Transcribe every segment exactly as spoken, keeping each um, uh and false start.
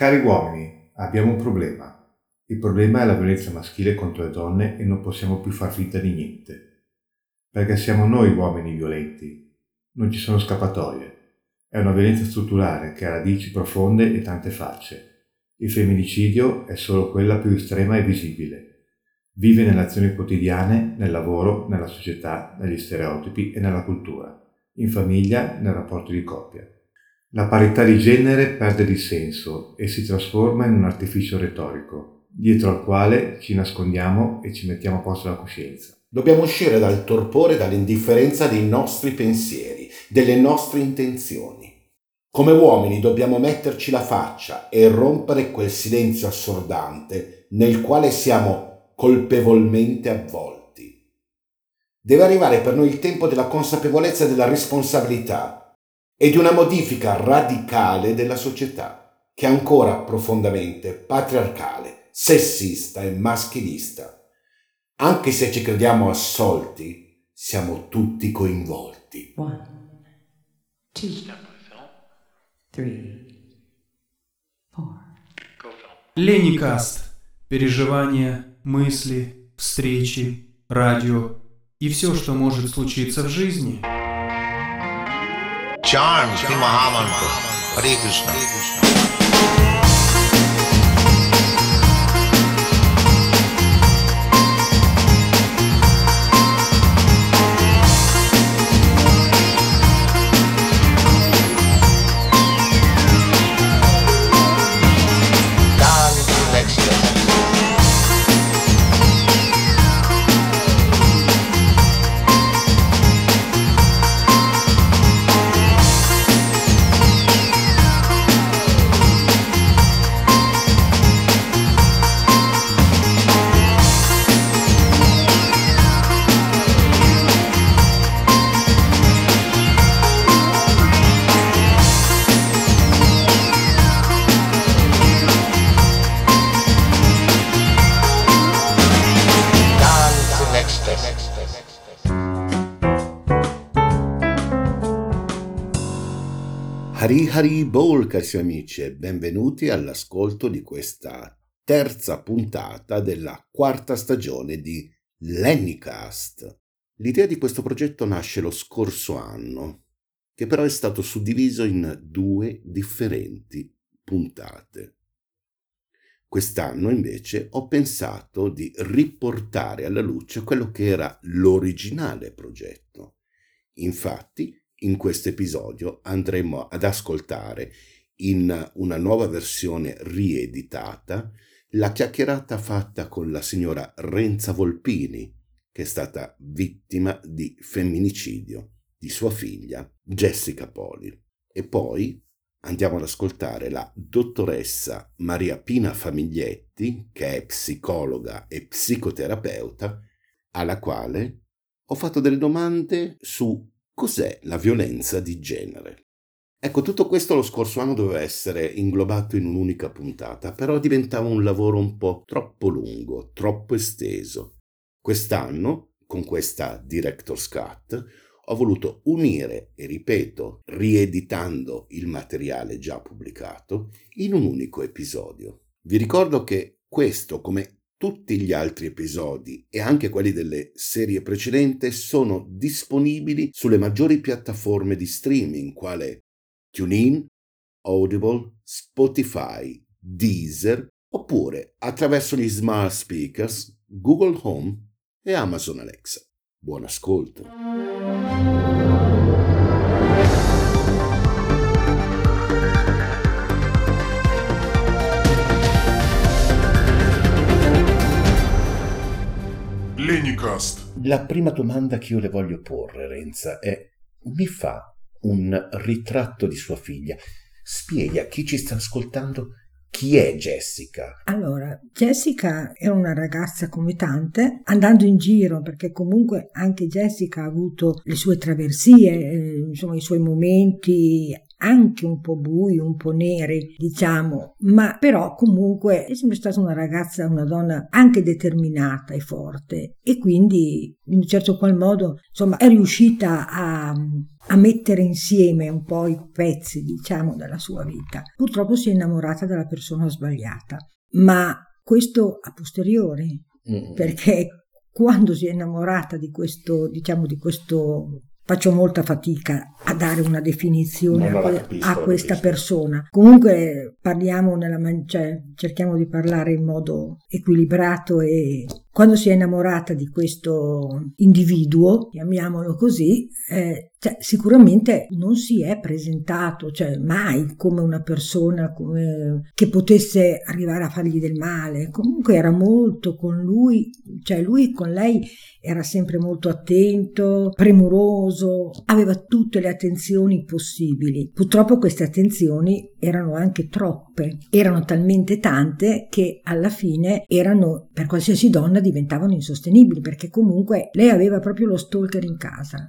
Cari uomini, abbiamo un problema. Il problema è la violenza maschile contro le donne e non possiamo più far finta di niente. Perché siamo noi uomini violenti. Non ci sono scappatoie. È una violenza strutturale che ha radici profonde e tante facce. Il femminicidio è solo quella più estrema e visibile. Vive nelle azioni quotidiane, nel lavoro, nella società, negli stereotipi e nella cultura, in famiglia, nei rapporti di coppia. La parità di genere perde di senso e si trasforma in un artificio retorico, dietro al quale ci nascondiamo e ci mettiamo a posto la coscienza. Dobbiamo uscire dal torpore e dall'indifferenza dei nostri pensieri, delle nostre intenzioni. Come uomini dobbiamo metterci la faccia e rompere quel silenzio assordante nel quale siamo colpevolmente avvolti. Deve arrivare per noi il tempo della consapevolezza della responsabilità e di una modifica radicale della società, che è ancora profondamente patriarcale, sessista e maschilista. Anche se ci crediamo assolti, siamo tutti coinvolti. One, two, three, four. Леникаст. Переживания, мысли, встречи, радио и все, что может случиться в жизни. Charm Shri Mahamantra. Hare Krishna. Hari Hari Bol, carissimi amici, e benvenuti all'ascolto di questa terza puntata della quarta stagione di Lennycast. L'idea di questo progetto nasce lo scorso anno, che però è stato suddiviso in due differenti puntate. Quest'anno invece ho pensato di riportare alla luce quello che era l'originale progetto. Infatti, in questo episodio andremo ad ascoltare in una nuova versione rieditata la chiacchierata fatta con la signora Renza Volpini, che è stata vittima di femminicidio di sua figlia Jessica Poli. E poi andiamo ad ascoltare la dottoressa Maria Pina Famiglietti, che è psicologa e psicoterapeuta, alla quale ho fatto delle domande su cos'è la violenza di genere. Ecco, tutto questo lo scorso anno doveva essere inglobato in un'unica puntata, però diventava un lavoro un po' troppo lungo, troppo esteso. Quest'anno, con questa Director's Cut, ho voluto unire, e ripeto, rieditando il materiale già pubblicato, in un unico episodio. Vi ricordo che questo, come tutti gli altri episodi e anche quelli delle serie precedenti, sono disponibili sulle maggiori piattaforme di streaming, quale TuneIn, Audible, Spotify, Deezer, oppure attraverso gli smart speakers, Google Home e Amazon Alexa. Buon ascolto! Lennycast. La prima domanda che io le voglio porre, Renza, è: mi fa un ritratto di sua figlia? Spieghi a chi ci sta ascoltando chi è Jessica. Allora, Jessica è una ragazza come tante, andando in giro, perché comunque anche Jessica ha avuto le sue traversie, eh, insomma i suoi momenti anche un po' bui, un po' neri, diciamo, ma però comunque è sempre stata una ragazza, una donna anche determinata e forte, e quindi in un certo qual modo, insomma, è riuscita a, a mettere insieme un po' i pezzi, diciamo, della sua vita. Purtroppo si è innamorata della persona sbagliata, ma questo a posteriori, mm. perché quando si è innamorata di questo, diciamo, di questo, faccio molta fatica a dare una definizione a, que- capisco, a questa capisco. persona. Comunque parliamo nella man- cioè, cerchiamo di parlare in modo equilibrato, e quando si è innamorata di questo individuo, chiamiamolo così, eh, cioè, sicuramente non si è presentato, cioè mai come una persona come, che potesse arrivare a fargli del male. Comunque era molto con lui, cioè lui con lei era sempre molto attento, premuroso, aveva tutte le attenzioni possibili. Purtroppo queste attenzioni erano anche troppe, erano talmente tante che alla fine erano, per qualsiasi donna, diventavano insostenibili, perché comunque lei aveva proprio lo stalker in casa.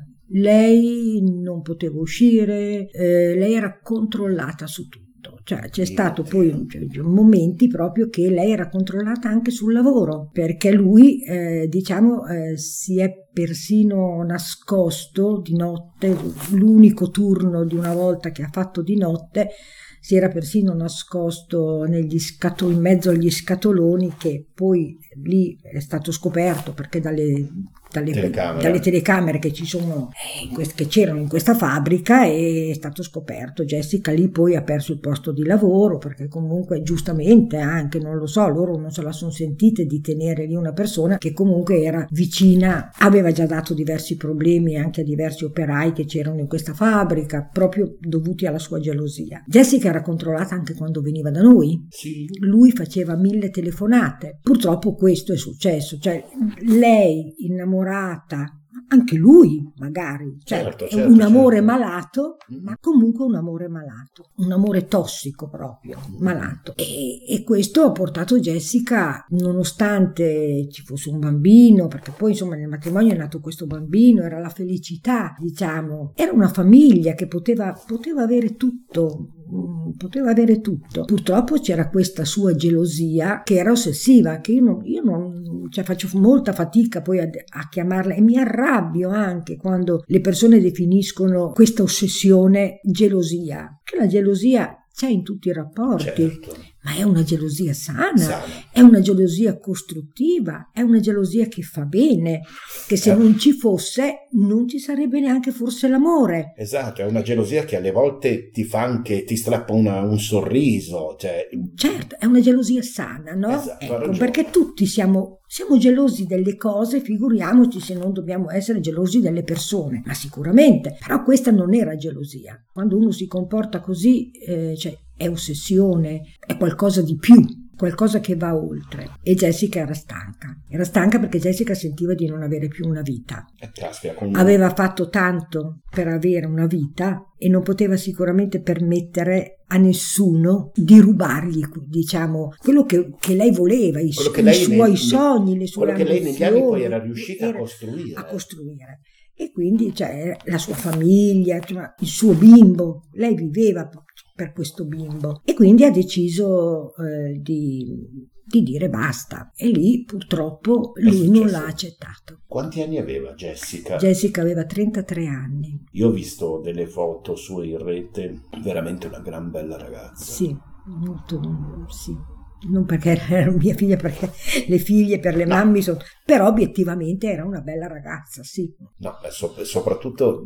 Lei non poteva uscire, eh, lei era controllata su tutto. Cioè c'è stato poi cioè, momenti proprio che lei era controllata anche sul lavoro, perché lui eh, diciamo eh, si è persino nascosto di notte, l'unico turno di una volta che ha fatto di notte si era persino nascosto negli scato- in mezzo agli scatoloni, che poi lì è stato scoperto perché dalle Dalle telecamere. dalle telecamere che ci sono eh, in quest- che c'erano in questa fabbrica, è stato scoperto. Jessica lì poi ha perso il posto di lavoro, perché comunque giustamente anche, non lo so, loro non se la sono sentite di tenere lì una persona che comunque era vicina, aveva già dato diversi problemi anche a diversi operai che c'erano in questa fabbrica, proprio dovuti alla sua gelosia. Jessica era controllata anche quando veniva da noi, sì. Lui faceva mille telefonate. Purtroppo questo è successo, cioè lei innamorata, anche lui magari, cioè certo, certo, un amore certo. malato, ma comunque un amore malato, un amore tossico proprio, malato. E, e questo ha portato Jessica, nonostante ci fosse un bambino, perché poi insomma nel matrimonio è nato questo bambino, era la felicità, diciamo, era una famiglia che poteva, poteva avere tutto, poteva avere tutto. Purtroppo c'era questa sua gelosia che era ossessiva, che io non, io non cioè faccio molta fatica poi a, a chiamarla, e mi arrabbio anche quando le persone definiscono questa ossessione gelosia, che la gelosia c'è in tutti i rapporti, certo. Ma è una gelosia sana, sana, è una gelosia costruttiva, è una gelosia che fa bene, che se eh. non ci fosse non ci sarebbe neanche forse l'amore. Esatto, è una gelosia che alle volte ti fa anche, ti strappa una, un sorriso. Cioè... Certo, è una gelosia sana, no? Esatto, ecco, perché tutti siamo, siamo gelosi delle cose, figuriamoci se non dobbiamo essere gelosi delle persone, ma sicuramente, però questa non era gelosia. Quando uno si comporta così, eh, cioè, è ossessione, è qualcosa di più, qualcosa che va oltre. E Jessica era stanca, era stanca perché Jessica sentiva di non avere più una vita. Aveva fatto tanto per avere una vita e non poteva sicuramente permettere a nessuno di rubargli, diciamo, quello che, che lei voleva, i, su- i suoi nei, sogni, le sue quello ambizioni. Quello che lei negli anni poi era riuscita era a costruire. A costruire. E quindi cioè, la sua famiglia, cioè, il suo bimbo, lei viveva per questo bimbo e quindi ha deciso eh, di, di dire basta, e lì purtroppo lui non l'ha accettato. Quanti anni aveva Jessica? Jessica aveva trentatré anni. Io ho visto delle foto sue in rete, veramente una gran bella ragazza. Sì, molto, sì. Non perché era mia figlia, perché le figlie per le no. mamme sono, però obiettivamente era una bella ragazza, sì. No, so, soprattutto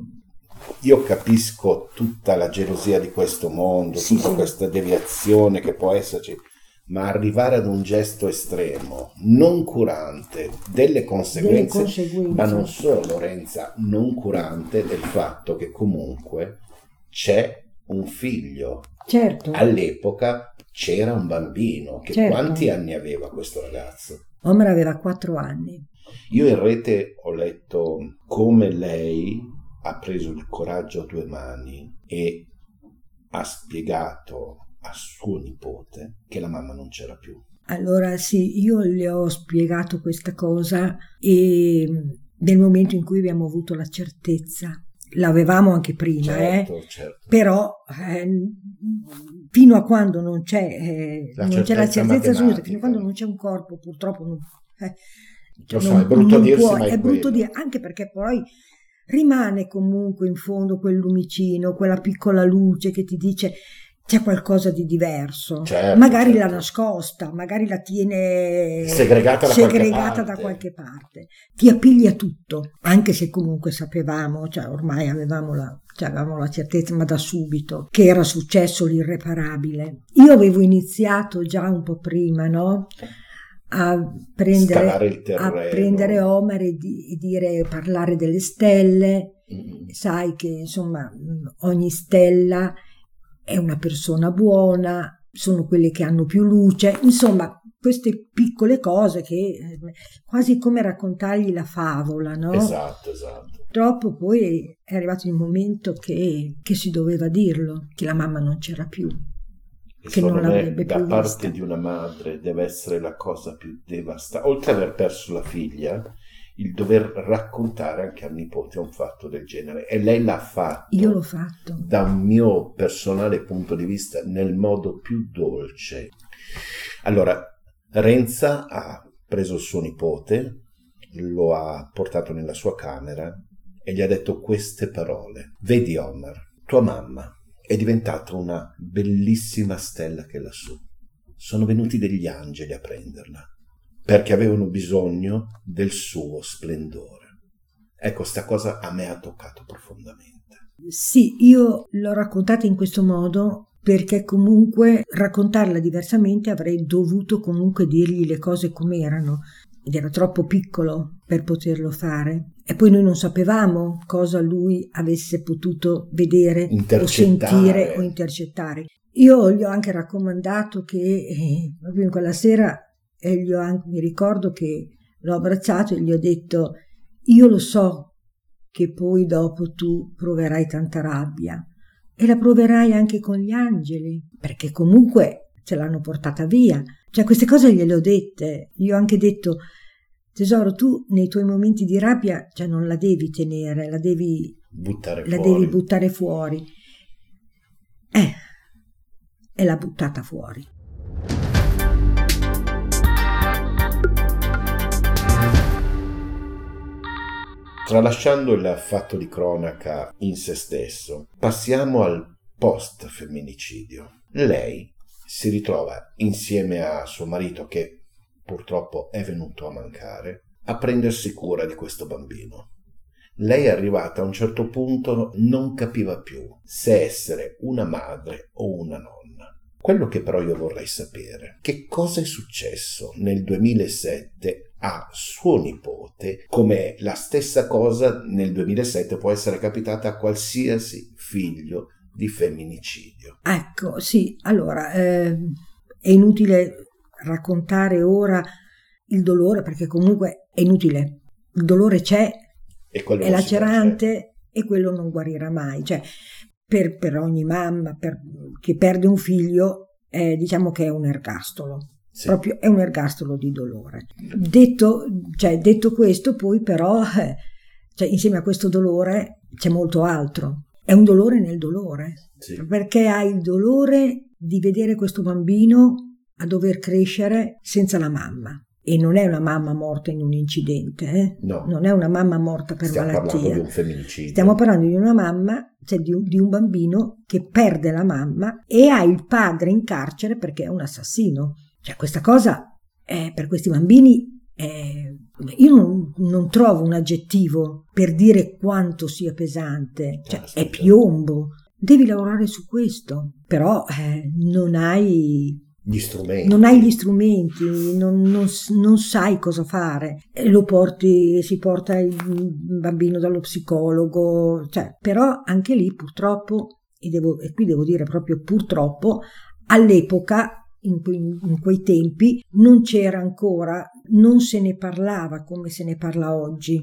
io capisco tutta la gelosia di questo mondo, sì, tutta sì. questa deviazione che può esserci, ma arrivare ad un gesto estremo, non curante, delle conseguenze, delle conseguenze. Ma non solo, Lorenza, non curante del fatto che comunque c'è un figlio. Certo. All'epoca c'era un bambino, che certo. Quanti anni aveva questo ragazzo? Omer aveva quattro anni. Io in rete ho letto come lei ha preso il coraggio a due mani e ha spiegato a suo nipote che la mamma non c'era più. Allora sì, io le ho spiegato questa cosa, e nel momento in cui abbiamo avuto la certezza l'avevamo anche prima, certo, eh? certo. Però eh, fino a quando non c'è, eh, La non c'è la certezza certezza assoluta, matematica. fino a quando non c'è un corpo, purtroppo non, eh, Lo so, non- è brutto non dirsi, può- ma è, è brutto quello. dire, anche perché poi rimane comunque in fondo quel lumicino, quella piccola luce che ti dice c'è qualcosa di diverso, Certo, magari certo. la nascosta, magari la tiene Segregata da qualche segregata parte. da qualche parte, ti appiglia tutto, anche se comunque sapevamo, cioè ormai avevamo la, cioè avevamo la certezza, ma da subito, che era successo l'irreparabile. Io avevo iniziato già un po' prima, no? A prendere, Scavare il a terreno. prendere Homer e, di, e dire, parlare delle stelle. Mm. Sai che insomma ogni stella è una persona buona, sono quelle che hanno più luce, insomma queste piccole cose che eh, quasi come raccontargli la favola, no? Esatto, esatto. Purtroppo poi è arrivato il momento che, che si doveva dirlo, che la mamma non c'era più, E che non secondo me, l'avrebbe da più parte vista. di una madre deve essere la cosa più devastante, oltre ad aver perso la figlia, il dover raccontare anche al nipote un fatto del genere, e lei l'ha fatto. Io l'ho fatto. Da un mio personale punto di vista nel modo più dolce. Allora, Renza ha preso il suo nipote, lo ha portato nella sua camera e gli ha detto queste parole: vedi Homer, tua mamma è diventata una bellissima stella che è lassù, sono venuti degli angeli a prenderla perché avevano bisogno del suo splendore. Ecco, sta cosa a me ha toccato profondamente. Sì, io l'ho raccontata in questo modo perché comunque raccontarla diversamente avrei dovuto comunque dirgli le cose come erano, ed era troppo piccolo per poterlo fare. E poi noi non sapevamo cosa lui avesse potuto vedere o sentire o intercettare. Io gli ho anche raccomandato che eh, proprio in quella sera e gli ho anche, mi ricordo che l'ho abbracciato e gli ho detto: io lo so che poi dopo tu proverai tanta rabbia e la proverai anche con gli angeli, perché comunque ce l'hanno portata via. Cioè queste cose gliele ho dette. Gli ho anche detto: tesoro, tu nei tuoi momenti di rabbia, cioè non la devi tenere, la devi buttare la fuori. devi buttare fuori. Eh, e l'ha buttata fuori. Tralasciando il fatto di cronaca in se stesso, passiamo al post-femminicidio. Lei si ritrova insieme a suo marito, che purtroppo è venuto a mancare, a prendersi cura di questo bambino. Lei è arrivata a un certo punto, non capiva più se essere una madre o una nonna. Quello che però io vorrei sapere, che cosa è successo nel duemilasette a suo nipote, come la stessa cosa nel duemilasette può essere capitata a qualsiasi figlio di femminicidio. Ecco, sì, allora eh, è inutile raccontare ora il dolore, perché comunque è inutile, il dolore c'è, E quello è non si lacerante e quello non guarirà mai, cioè per, per ogni mamma per, che perde un figlio eh, diciamo che è un ergastolo. Sì. Proprio è un ergastolo di dolore. Detto, cioè, detto questo, poi però eh, cioè, insieme a questo dolore c'è molto altro. È un dolore nel dolore, sì. Perché hai il dolore di vedere questo bambino a dover crescere senza la mamma. E non è una mamma morta in un incidente, eh? No. Non è una mamma morta per Stiamo malattia. Stiamo parlando di un femminicidio. Stiamo parlando di una mamma, cioè di un, di un bambino che perde la mamma e ha il padre in carcere perché è un assassino. Cioè questa cosa è, per questi bambini è, io non, non trovo un aggettivo per dire quanto sia pesante, cioè Aspetta. È piombo, devi lavorare su questo, però eh, non hai gli strumenti, non hai gli strumenti, non, non, non sai cosa fare, e lo porti, si porta il bambino dallo psicologo, cioè, però anche lì purtroppo, e, devo, e qui devo dire proprio purtroppo, all'epoca In quei, in quei tempi non c'era ancora, non se ne parlava come se ne parla oggi.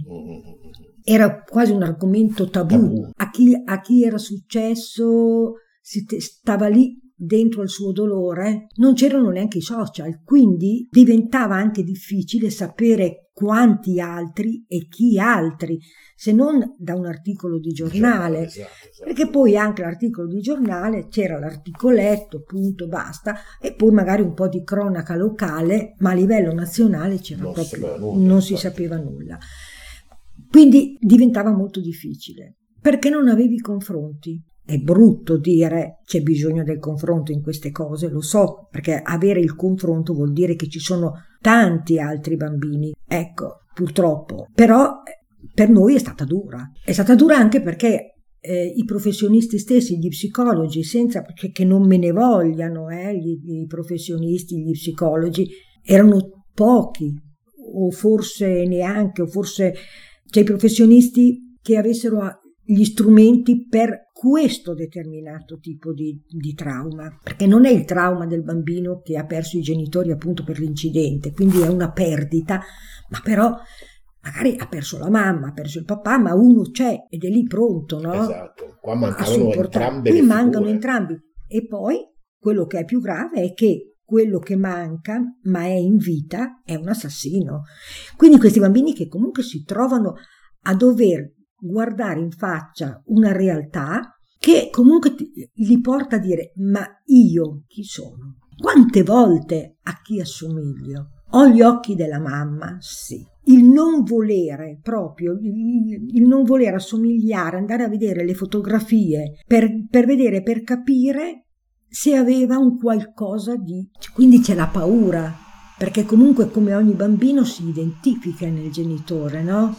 Era quasi un argomento tabù. tabù. A, chi, a chi era successo si te, stava lì dentro al suo dolore, non c'erano neanche i social, quindi diventava anche difficile sapere quanti altri e chi altri, se non da un articolo di giornale, esatto, esatto. Perché poi anche l'articolo di giornale c'era l'articoletto, punto, basta, e poi magari un po' di cronaca locale, ma a livello nazionale c'era non proprio, si nulla, non si sapeva nulla. Quindi diventava molto difficile, perché non avevi confronti. È brutto dire c'è bisogno del confronto in queste cose, lo so, perché avere il confronto vuol dire che ci sono tanti altri bambini. Ecco, purtroppo. Però per noi è stata dura. È stata dura anche perché eh, i professionisti stessi, gli psicologi, senza che, che non me ne vogliano, eh, gli, i professionisti, gli psicologi, erano pochi, o forse neanche, o forse c'è i professionisti che avessero gli strumenti per questo determinato tipo di, di trauma, perché non è il trauma del bambino che ha perso i genitori appunto per l'incidente, quindi è una perdita, ma però magari ha perso la mamma, ha perso il papà, ma uno c'è ed è lì pronto, no? Esatto, qua mancano entrambe Qui le mancano figure. entrambi. E poi quello che è più grave è che quello che manca, ma è in vita, è un assassino. Quindi questi bambini che comunque si trovano a dover guardare in faccia una realtà che comunque ti, li porta a dire: ma io chi sono? Quante volte a chi assomiglio? Ho gli occhi della mamma? Sì. Il non volere proprio, il, il non voler assomigliare, andare a vedere le fotografie per, per vedere, per capire se aveva un qualcosa di... Quindi c'è la paura, perché comunque come ogni bambino si identifica nel genitore, no?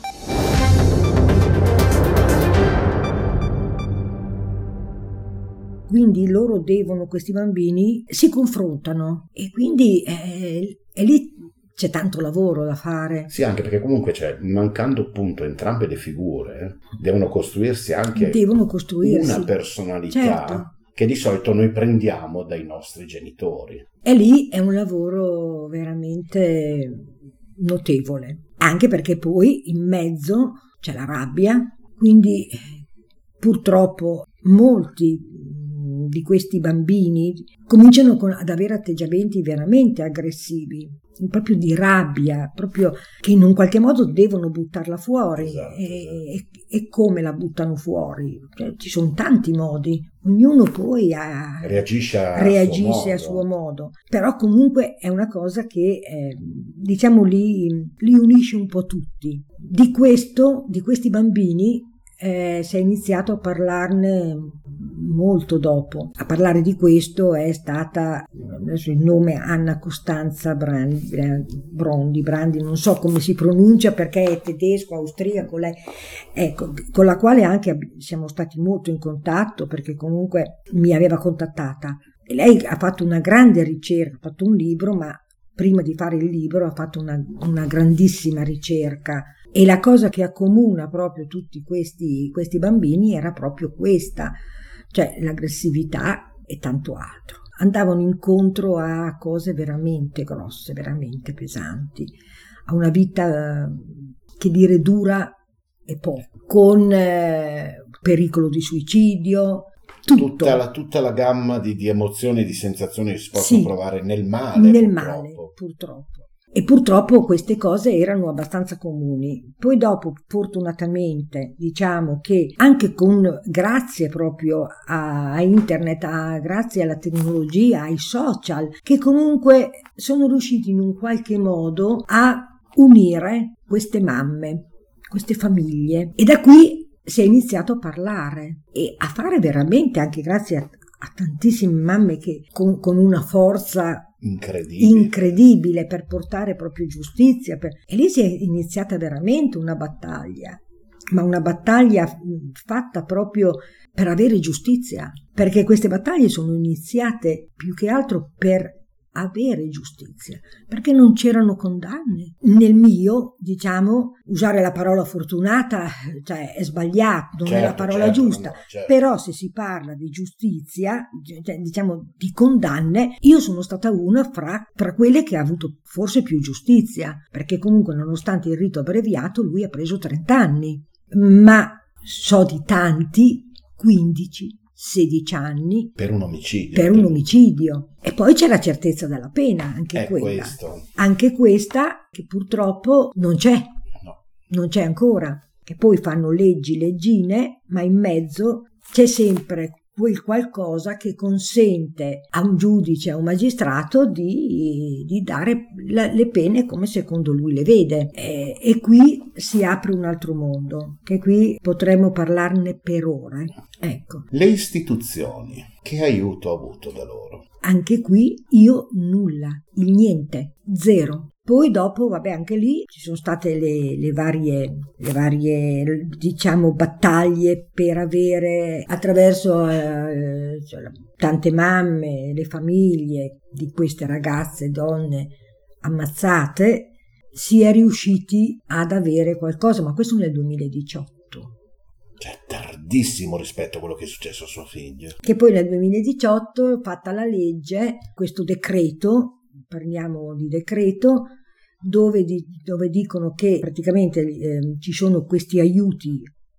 Quindi loro devono, questi bambini, si confrontano e quindi eh, e lì c'è tanto lavoro da fare. Sì, anche perché comunque, cioè, mancando appunto entrambe le figure, devono costruirsi anche devono costruirsi. una personalità, certo, che di solito noi prendiamo dai nostri genitori. E lì è un lavoro veramente notevole, anche perché poi in mezzo c'è la rabbia, quindi purtroppo molti di questi bambini cominciano con, ad avere atteggiamenti veramente aggressivi, proprio di rabbia, proprio che in un qualche modo devono buttarla fuori. Esatto, e, esatto. e, e come la buttano fuori? Cioè, ci sono tanti modi, ognuno poi ha, reagisce, a, reagisce suo a suo modo, però comunque è una cosa che eh, diciamo li, li unisce un po' tutti. Di questo, di questi bambini eh, si è iniziato a parlarne molto dopo. A parlare di questo è stata, adesso il nome, Anna Costanza Brandi, Brondi, Brandi, non so come si pronuncia perché è tedesco, austriaco, lei, ecco, con la quale anche siamo stati molto in contatto, perché comunque mi aveva contattata. E lei ha fatto una grande ricerca, ha fatto un libro, ma prima di fare il libro ha fatto una, una grandissima ricerca. E la cosa che accomuna proprio tutti questi, questi bambini era proprio questa, cioè l'aggressività e tanto altro. Andavano incontro a cose veramente grosse, veramente pesanti, a una vita, che dire, dura e poco, con eh, pericolo di suicidio, tutto. Tutta la, tutta la gamma di, di emozioni e di sensazioni che si possono sì, provare nel male. Nel purtroppo. male, purtroppo. E purtroppo queste cose erano abbastanza comuni. Poi dopo, fortunatamente, diciamo che anche con, grazie proprio a, a internet, a, grazie alla tecnologia, ai social, che comunque sono riusciti in un qualche modo a unire queste mamme, queste famiglie. E da qui si è iniziato a parlare e a fare veramente, anche grazie a, a tantissime mamme che con, con una forza Incredibile. incredibile per portare proprio giustizia. Per... E lì si è iniziata veramente una battaglia, ma una battaglia fatta proprio per avere giustizia, perché queste battaglie sono iniziate più che altro per avere giustizia, perché non c'erano condanne. Nel mio, diciamo, usare la parola fortunata, cioè è sbagliato, non certo, è la parola certo, giusta, no, certo. Però se si parla di giustizia, cioè, diciamo di condanne, io sono stata una fra, fra quelle che ha avuto forse più giustizia, perché comunque nonostante il rito abbreviato lui ha preso trenta anni, ma so di tanti, quindici, sedici anni per un omicidio. Per un omicidio. E poi c'è la certezza della pena, anche È quella. Questo. Anche questa che purtroppo non c'è. No. Non c'è ancora. Che poi fanno leggi, leggine, ma in mezzo c'è sempre quel qualcosa che consente a un giudice, a un magistrato di, di dare la, le pene come secondo lui le vede. E, e qui si apre un altro mondo, che qui potremmo parlarne per ore. Ecco. Le istituzioni, che aiuto ho avuto da loro? Anche qui io nulla, il niente, zero. Poi dopo, vabbè, anche lì ci sono state le, le varie, le varie, diciamo, battaglie per avere, attraverso eh, cioè, tante mamme, le famiglie di queste ragazze, donne ammazzate, si è riusciti ad avere qualcosa, ma questo nel duemiladiciotto. Cioè, tardissimo rispetto a quello che è successo a suo figlio. Che poi nel duemiladiciotto, fatta la legge, questo decreto, parliamo di decreto, dove, di, dove dicono che praticamente eh, ci sono questi aiuti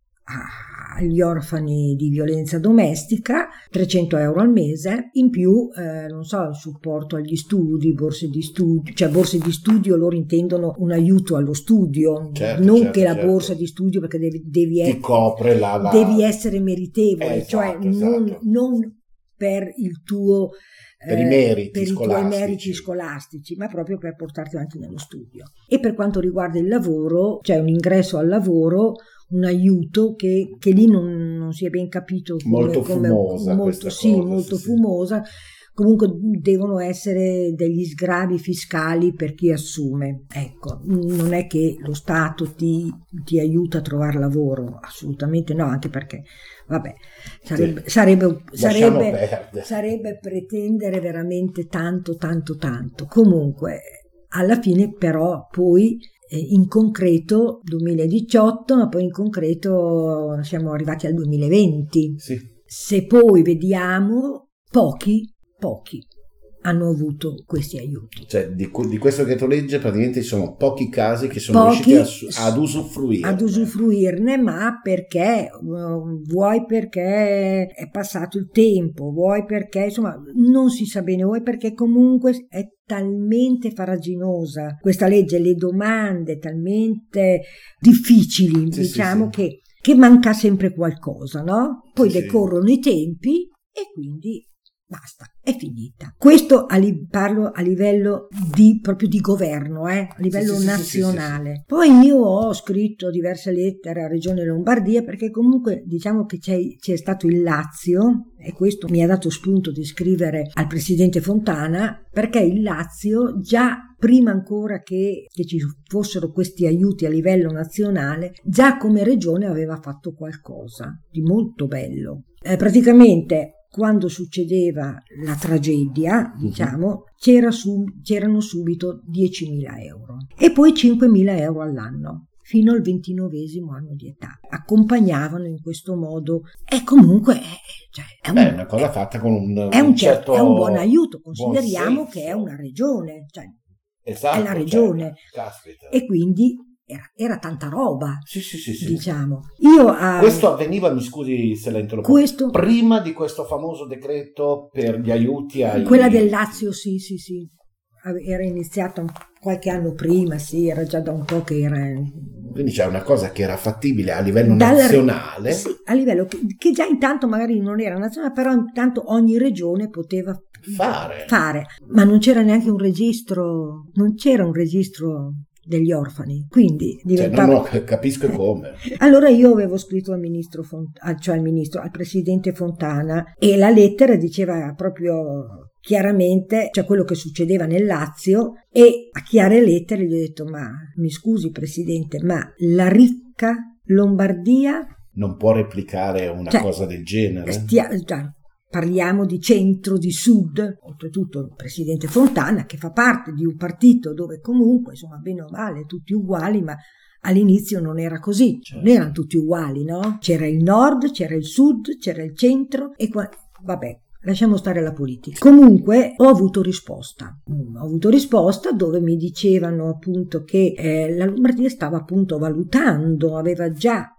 a, agli orfani di violenza domestica, trecento euro al mese, in più, eh, non so, il supporto agli studi, borse di studio, cioè borse di studio loro intendono un aiuto allo studio, certo, non certo, che la certo. borsa di studio, perché devi, devi, Ti copre la, la... devi essere meritevole, Eh, esatto, cioè esatto. Non, non per il tuo... Per i meriti per i tuoi scolastici. meriti scolastici, ma proprio per portarti avanti nello studio. E per quanto riguarda il lavoro, c'è un ingresso al lavoro, un aiuto che, che lì non, non si è ben capito come, Molto come fumosa molto, questa sì, cosa, molto sì, sì. fumosa. Comunque devono essere degli sgravi fiscali per chi assume. Ecco, non è che lo Stato ti, ti aiuta a trovare lavoro, assolutamente no, anche perché, vabbè, sarebbe, Sì. sarebbe, Lasciamo sarebbe, perdere. sarebbe pretendere veramente tanto, tanto, tanto. Comunque, alla fine però poi eh, in concreto duemiladiciotto, ma poi in concreto siamo arrivati al duemilaventi. Sì. Se poi vediamo, pochi pochi hanno avuto questi aiuti. Cioè, di, di questo decreto legge praticamente ci sono pochi casi che sono Pochi riusciti a, ad usufruire. Ad usufruirne, ma perché? Uh, vuoi perché è passato il tempo, vuoi perché, insomma, non si sa bene, vuoi perché comunque è talmente farraginosa questa legge, le domande talmente difficili, Sì, diciamo, sì, sì. Che, che manca sempre qualcosa, no? Poi Sì, decorrono i tempi e quindi basta, è finita. Questo a li, parlo a livello di proprio di governo, eh, a livello Sì, sì, sì, nazionale. sì, sì, sì. Poi io ho scritto diverse lettere a Regione Lombardia, perché comunque diciamo che c'è, c'è stato il Lazio, e questo mi ha dato spunto di scrivere al presidente Fontana, perché il Lazio già prima ancora che, che ci fossero questi aiuti a livello nazionale, già come regione aveva fatto qualcosa di molto bello. Eh, praticamente quando succedeva la tragedia, diciamo, c'era su, c'erano subito diecimila euro e poi cinquemila euro all'anno fino al ventinovesimo anno di età. Accompagnavano in questo modo e comunque cioè, è, un, Beh, è una cosa fatta con un, è un, un certo, certo è un buon aiuto, consideriamo buon che è una regione, cioè esatto, è la regione, cioè, caspita. E quindi era, era tanta roba, sì, sì, sì, sì. diciamo. Io, uh, questo avveniva, mi scusi se la interrompo, questo, prima di questo famoso decreto per gli aiuti ai... Quella del Lazio, sì, sì, sì. Era iniziato qualche anno prima, sì, era già da un po' che era... Quindi c'è una cosa che era fattibile a livello Dalla, nazionale. Sì, a livello che, che già intanto magari non era nazionale, però intanto ogni regione poteva fare. fare. Ma non c'era neanche un registro, non c'era un registro degli orfani, quindi diventava... Cioè, non ho, capisco come. Allora io avevo scritto al ministro, Font... cioè al ministro, al presidente Fontana, e la lettera diceva proprio chiaramente, cioè quello che succedeva nel Lazio, e a chiare lettere gli ho detto: ma mi scusi presidente, ma la ricca Lombardia non può replicare una cioè, cosa del genere? Stia... Cioè, parliamo di centro, di sud, oltretutto il presidente Fontana che fa parte di un partito dove comunque, insomma, bene o male, tutti uguali, ma all'inizio non era così, certo. Non erano tutti uguali, no? C'era il nord, c'era il sud, c'era il centro e qua... vabbè, lasciamo stare la politica. Comunque ho avuto risposta, ho avuto risposta dove mi dicevano appunto che eh, la Lombardia stava appunto valutando, aveva già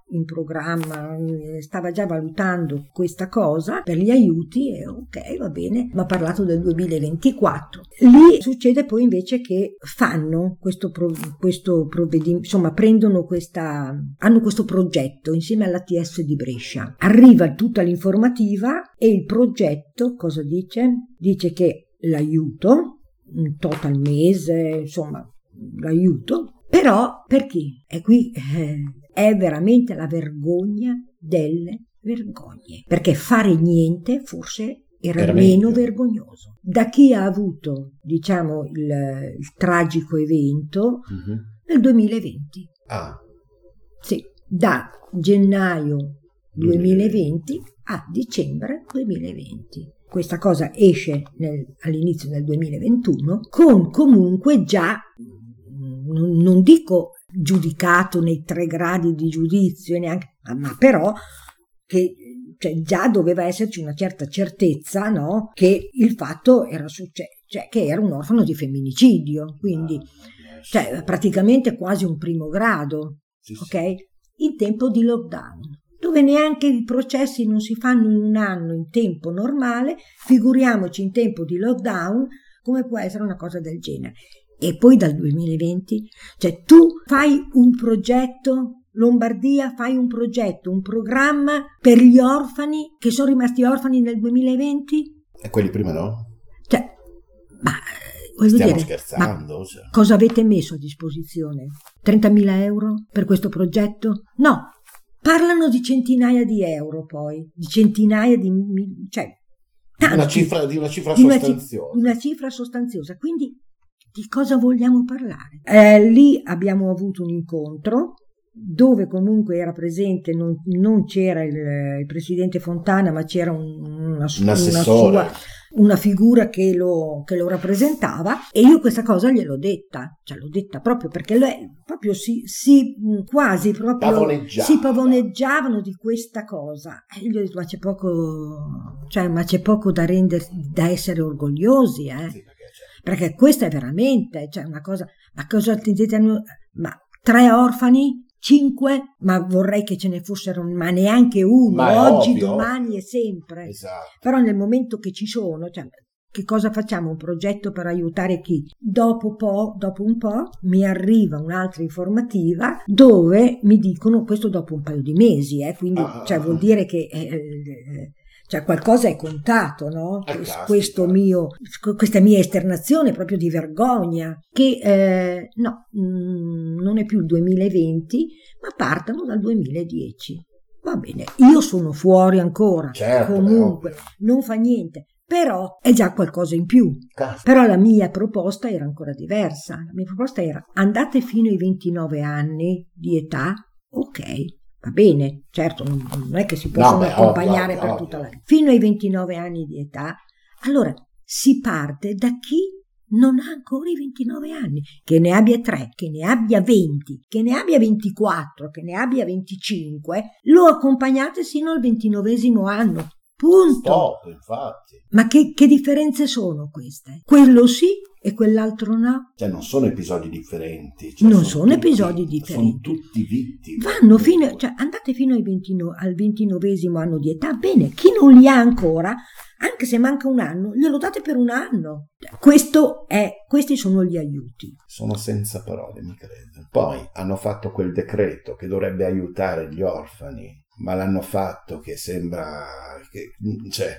in programma, stava già valutando questa cosa per gli aiuti e ok, va bene, ma ha parlato del duemilaventiquattro. Lì succede poi invece che fanno questo, questo provvedimento, insomma prendono questa, hanno questo progetto insieme all'A T S di Brescia. Arriva tutta l'informativa e il progetto cosa dice? Dice che l'aiuto, un tot al mese, insomma l'aiuto, però per chi? E qui eh, è veramente la vergogna delle vergogne, perché fare niente forse era, era meno meglio. Vergognoso. Da chi ha avuto, diciamo, il, il tragico evento uh-huh. nel duemilaventi. Ah. Sì, da gennaio duemilaventi a dicembre duemilaventi. Questa cosa esce nel, all'inizio del duemilaventuno con comunque già, non, non dico giudicato nei tre gradi di giudizio, neanche, ma però che cioè, già doveva esserci una certa certezza, no? Che il fatto era successo, cioè che era un orfano di femminicidio, quindi cioè, praticamente quasi un primo grado, sì, ok? In tempo di lockdown, dove neanche i processi non si fanno in un anno in tempo normale, figuriamoci in tempo di lockdown come può essere una cosa del genere. E poi dal duemilaventi, cioè tu fai un progetto, Lombardia fai un progetto, un programma per gli orfani che sono rimasti orfani nel duemilaventi? E quelli prima no? Cioè, ma voglio stiamo dire, scherzando? Ma cioè. Cosa avete messo a disposizione? trentamila euro per questo progetto? No, parlano di centinaia di euro poi, di centinaia di... cioè, tanti, una cifra, di una cifra di una sostanziosa. Una, una cifra sostanziosa, quindi di cosa vogliamo parlare? Eh, lì abbiamo avuto un incontro dove comunque era presente, non, non c'era il, il presidente Fontana, ma c'era un, una, un una sua... una figura che lo, che lo rappresentava, e io questa cosa gliel'ho detta, cioè l'ho detta proprio perché lei proprio si, si quasi proprio pavoneggiava. si pavoneggiavano di questa cosa, e io gli ho detto ma c'è poco, cioè ma c'è poco da rendere, da essere orgogliosi, eh? Sì, perché, perché questa è veramente, cioè una cosa, ma cosa attendete a noi? Ma tre orfani? Cinque? Ma vorrei che ce ne fossero, ma neanche uno, ma oggi, ovvio, domani ovvio. E sempre. Esatto. Però nel momento che ci sono, cioè, che cosa facciamo? Un progetto per aiutare chi? Dopo, po', dopo un po' mi arriva un'altra informativa dove mi dicono, questo dopo un paio di mesi, eh, quindi ah, cioè, vuol dire che... Eh, eh, cioè qualcosa è contato, no? Ah, Questo mio, questa mia esternazione proprio di vergogna, che eh, no, mh, non è più il duemilaventi, ma partono dal duemiladieci. Va bene, io sono fuori ancora, certo, comunque, non fa niente, però è già qualcosa in più. Cazzo. Però la mia proposta era ancora diversa. La mia proposta era: andate fino ai ventinove anni di età, ok. Va bene, certo, non è che si possono no, beh, accompagnare ovvio, per ovvio. Tutta la vita. Fino ai ventinove anni di età, allora si parte da chi non ha ancora i ventinove anni, che ne abbia tre, che ne abbia venti, che ne abbia ventiquattro, che ne abbia venticinque, lo accompagnate sino al ventinovesimo anno. Punto. Stop, infatti. Ma che, che differenze sono queste? Quello sì e quell'altro no? Cioè non sono episodi differenti. Cioè non sono, sono tutti, episodi differenti. Sono tutti vittime. Vanno fino, cioè andate fino ai ventino, al ventinovesimo anno di età. Bene, chi non li ha ancora, anche se manca un anno, glielo date per un anno. Questo è, questi sono gli aiuti. Sono senza parole, mi credo. Poi hanno fatto quel decreto che dovrebbe aiutare gli orfani, ma l'hanno fatto che sembra che, cioè,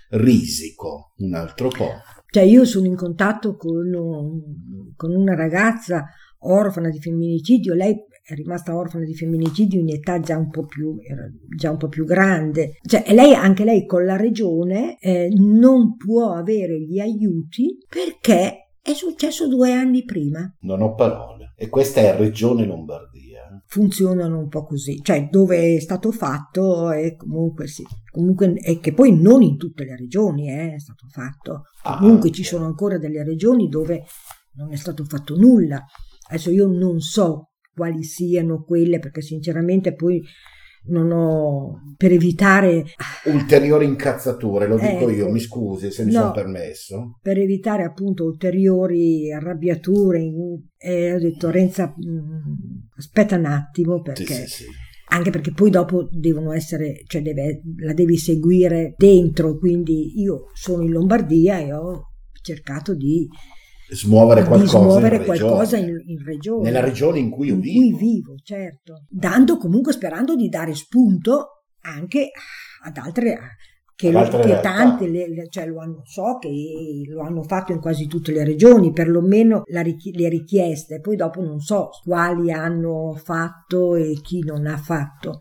risico un altro po'. Cioè io sono in contatto con, con una ragazza orfana di femminicidio, lei è rimasta orfana di femminicidio in età già un po' più, era già un po' più grande, cioè e lei, anche lei con la regione eh, non può avere gli aiuti perché è successo due anni prima. Non ho parole. E questa è Regione Lombardia. Funzionano un po' così, cioè dove è stato fatto e comunque sì, comunque è che poi non in tutte le regioni eh, è stato fatto, comunque ah, ci sono ancora delle regioni dove non è stato fatto nulla. Adesso io non so quali siano quelle, perché sinceramente poi non ho, per evitare ulteriori incazzature, lo dico ecco, io, mi scusi se mi no, sono permesso, per evitare appunto ulteriori arrabbiature, e ho detto Renza aspetta un attimo perché sì, sì, sì. anche perché poi dopo devono essere, cioè deve, la devi seguire dentro, quindi io sono in Lombardia e ho cercato di smuovere qualcosa, di smuovere in, qualcosa regione. In, in regione. Nella regione in cui io in vivo. cui vivo, certo. Dando comunque, sperando di dare spunto anche ad altre, che, ad altre che realtà. tante, le, le, cioè lo hanno, so che lo hanno fatto in quasi tutte le regioni, perlomeno la, le richieste, poi dopo non so quali hanno fatto e chi non ha fatto.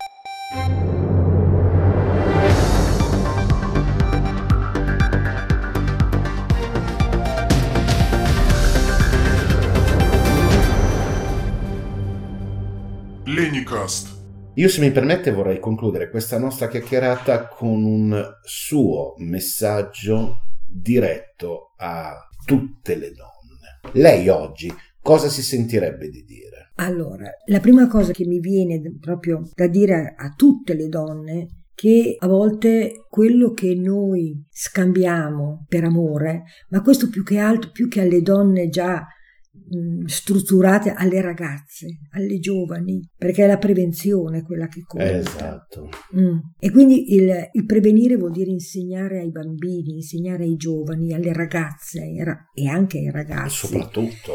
Lenicast. Io, se mi permette, vorrei concludere questa nostra chiacchierata con un suo messaggio diretto a tutte le donne. Lei oggi cosa si sentirebbe di dire? Allora, la prima cosa che mi viene proprio da dire a tutte le donne, che a volte quello che noi scambiamo per amore, ma questo più che altro, più che alle donne già strutturate, alle ragazze, alle giovani, perché è la prevenzione quella che conta. Esatto. Mm. E quindi il, il prevenire vuol dire insegnare ai bambini, insegnare ai giovani, alle ragazze e anche ai ragazzi. E soprattutto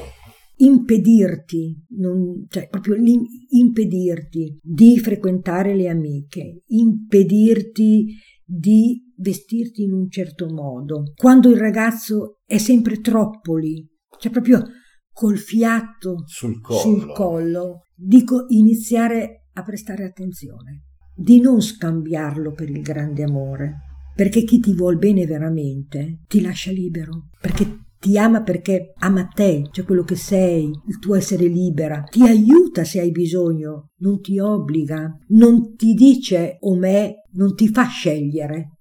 impedirti, non, cioè proprio impedirti di frequentare le amiche, impedirti di vestirti in un certo modo. Quando il ragazzo è sempre troppo lì, cioè proprio col fiato sul collo. sul collo, dico iniziare a prestare attenzione, di non scambiarlo per il grande amore, perché chi ti vuol bene veramente ti lascia libero, perché ti ama, perché ama te, cioè quello che sei, il tuo essere libera, ti aiuta se hai bisogno, non ti obbliga, non ti dice o me, non ti fa scegliere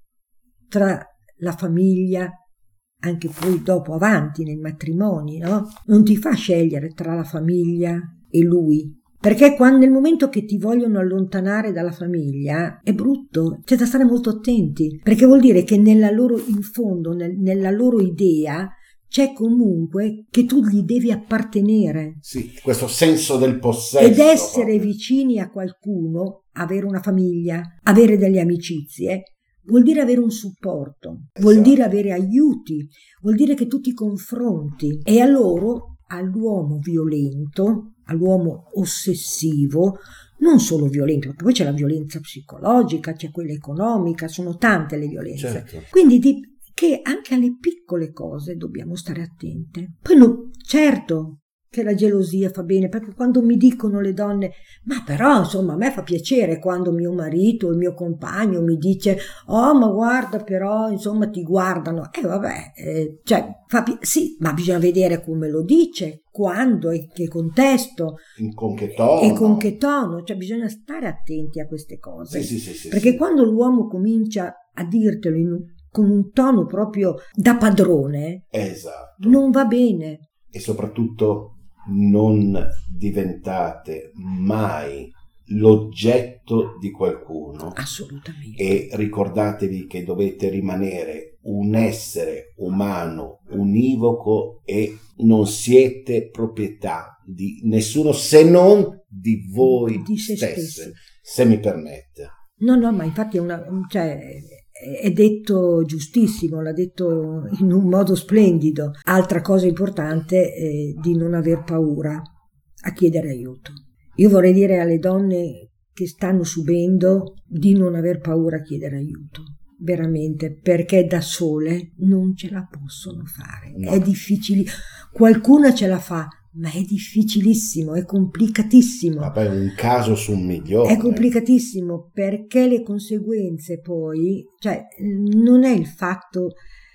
tra la famiglia, anche poi dopo avanti nei matrimoni, no? Non ti fa scegliere tra la famiglia e lui, perché quando, nel momento che ti vogliono allontanare dalla famiglia è brutto, c'è da stare molto attenti, perché vuol dire che nella loro, in fondo, nel, nella loro idea c'è comunque che tu gli devi appartenere. Sì, questo senso del possesso. Ed essere vicini a qualcuno, avere una famiglia, avere delle amicizie, vuol dire avere un supporto, vuol esatto. dire avere aiuti, vuol dire che tu ti confronti. E a loro, all'uomo violento, all'uomo ossessivo, non solo violento, perché poi c'è la violenza psicologica, c'è quella economica, sono tante le violenze. Certo. Quindi di, che anche alle piccole cose dobbiamo stare attente. Poi no, certo che la gelosia fa bene, perché quando mi dicono le donne, ma però insomma a me fa piacere quando mio marito o il mio compagno mi dice, oh ma guarda però insomma ti guardano, e eh, vabbè, eh, cioè fa pi- sì, ma bisogna vedere come lo dice, quando e che contesto, in con che tono, e con che tono, cioè bisogna stare attenti a queste cose, sì, sì, sì, perché sì. Quando l'uomo comincia a dirtelo in, con un tono proprio da padrone, esatto. non va bene. E soprattutto non diventate mai l'oggetto di qualcuno. Assolutamente. E ricordatevi che dovete rimanere un essere umano univoco e non siete proprietà di nessuno se non di voi di se stessi, stessi. Se mi permette. No, no, ma infatti è una, cioè, è detto giustissimo, l'ha detto in un modo splendido. Altra cosa importante è di non aver paura a chiedere aiuto. Io vorrei dire alle donne che stanno subendo di non aver paura a chiedere aiuto, veramente, perché da sole non ce la possono fare. No. È difficile, qualcuna ce la fa, ma è difficilissimo, è complicatissimo. Vabbè, un caso su un milione. È complicatissimo perché le conseguenze poi, cioè non è il fatto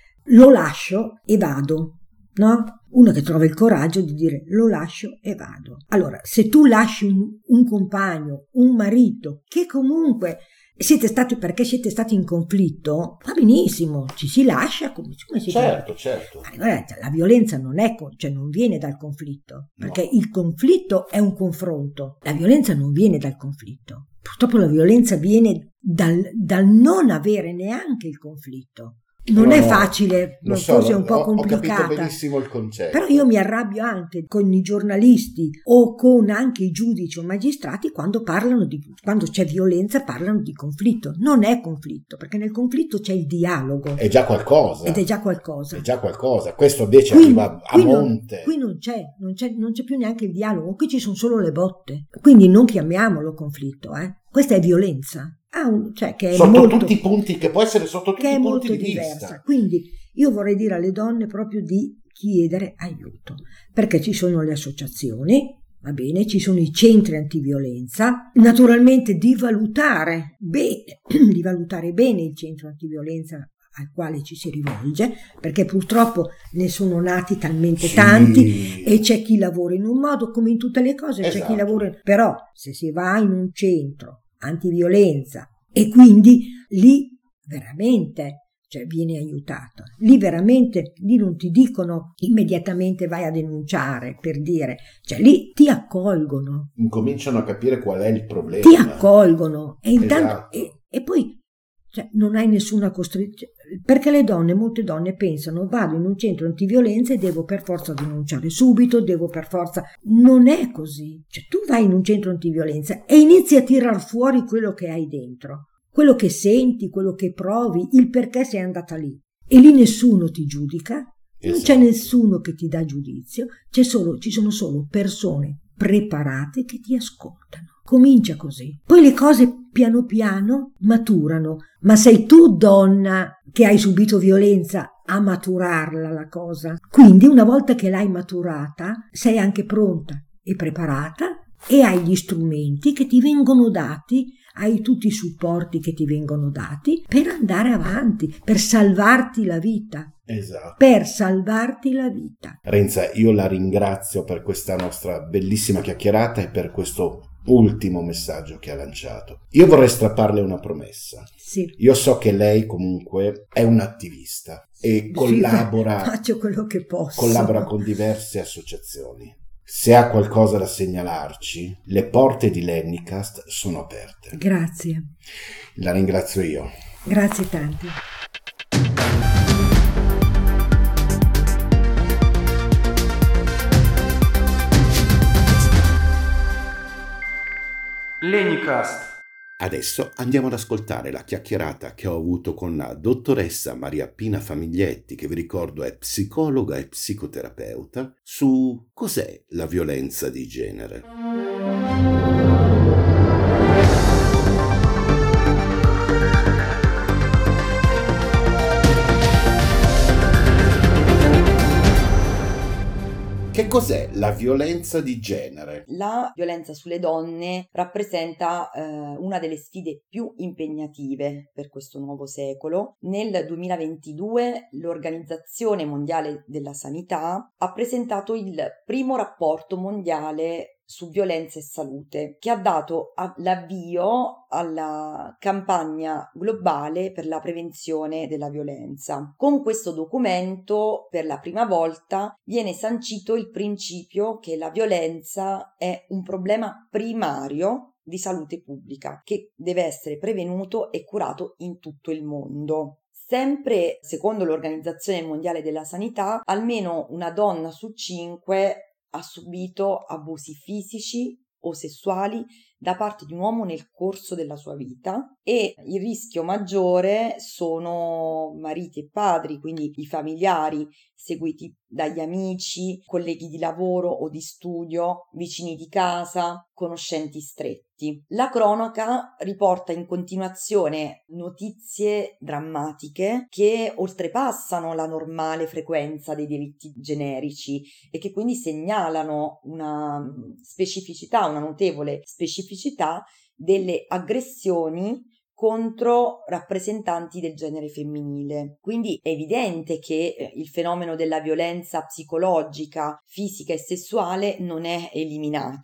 lo lascio e vado, no? Uno che trova il coraggio di dire lo lascio e vado. Allora, se tu lasci un, un compagno, un marito, che comunque siete stati, perché siete stati in conflitto, va benissimo, ci si lascia come, come si certo, certo. Ma guardate, la violenza non è, cioè non viene dal conflitto, perché no. Il conflitto è un confronto, la violenza non viene dal conflitto. Purtroppo la violenza viene dal, dal non avere neanche il conflitto. non No, è no, facile, lo so, forse è lo- un po' ho- ho complicata. capito benissimo il concetto. Però io mi arrabbio anche con i giornalisti o con anche i giudici o magistrati quando parlano di, quando c'è violenza, parlano di conflitto. Non è conflitto, perché nel conflitto c'è il dialogo È già qualcosa. ed è già qualcosa. È già qualcosa. Questo invece Qui, arriva a qui non, monte. qui non c'è, non c'è, non c'è più neanche il dialogo, qui ci sono solo le botte. Quindi non chiamiamolo conflitto, eh. Questa è violenza. Ha un- cioè che è Sotto molto, tutti i punti, che può essere sotto tutti che è i punti molto di diversa. vista. Quindi io vorrei dire alle donne proprio di chiedere aiuto, perché ci sono le associazioni, va bene, ci sono i centri antiviolenza, naturalmente di valutare bene, di valutare bene il centro antiviolenza al quale ci si rivolge, perché purtroppo ne sono nati talmente Sì. tanti e c'è chi lavora in un modo, come in tutte le cose, c'è Esatto. chi lavora, però se si va in un centro antiviolenza e quindi lì veramente, cioè vieni aiutato, lì veramente, lì non ti dicono immediatamente vai a denunciare, per dire, cioè lì ti accolgono, Incominciano a capire qual è il problema. ti accolgono e intanto Esatto. e, e poi cioè, non hai nessuna costrizione, perché le donne, molte donne pensano vado in un centro antiviolenza e devo per forza denunciare subito, devo per forza, non è così, cioè tu vai in un centro antiviolenza e inizi a tirar fuori quello che hai dentro, quello che senti, quello che provi, il perché sei andata lì, e lì nessuno ti giudica, non c'è Esatto. nessuno che ti dà giudizio, c'è solo, ci sono solo persone preparate che ti ascoltano. Comincia così. Poi le cose piano piano maturano, ma sei tu, donna, che hai subito violenza, a maturarla la cosa. Quindi una volta che l'hai maturata, sei anche pronta e preparata e hai gli strumenti che ti vengono dati, hai tutti i supporti che ti vengono dati per andare avanti, per salvarti la vita. Esatto. Per salvarti la vita. Renza, io la ringrazio per questa nostra bellissima chiacchierata e per questo ultimo messaggio che ha lanciato. Io vorrei strapparle una promessa. Sì. Io so che lei comunque è un'attivista e collabora, Sì, faccio quello che posso. collabora con diverse associazioni. Se ha qualcosa da segnalarci, le porte di Lennicast sono aperte. Grazie. La ringrazio io. Grazie tanti. Леникаст. Adesso andiamo ad ascoltare la chiacchierata che ho avuto con la dottoressa Maria Pina Famiglietti, che vi ricordo è psicologa e psicoterapeuta, su cos'è la violenza di genere. Che cos'è la violenza di genere? La violenza sulle donne rappresenta eh, una delle sfide più impegnative per questo nuovo secolo. Nel duemilaventidue l'Organizzazione Mondiale della Sanità ha presentato il primo rapporto mondiale su violenza e salute, che ha dato l'avvio alla campagna globale per la prevenzione della violenza. Con questo documento, per la prima volta, viene sancito il principio che la violenza è un problema primario di salute pubblica, che deve essere prevenuto e curato in tutto il mondo. Sempre secondo l'Organizzazione Mondiale della Sanità, almeno una donna su cinque ha subito abusi fisici o sessuali da parte di un uomo nel corso della sua vita, e il rischio maggiore sono mariti e padri, quindi i familiari, seguiti dagli amici, colleghi di lavoro o di studio, vicini di casa, conoscenti stretti. La cronaca riporta in continuazione notizie drammatiche che oltrepassano la normale frequenza dei delitti generici e che quindi segnalano una specificità, una notevole specificità delle aggressioni contro rappresentanti del genere femminile. Quindi è evidente che il fenomeno della violenza psicologica, fisica e sessuale non è eliminato,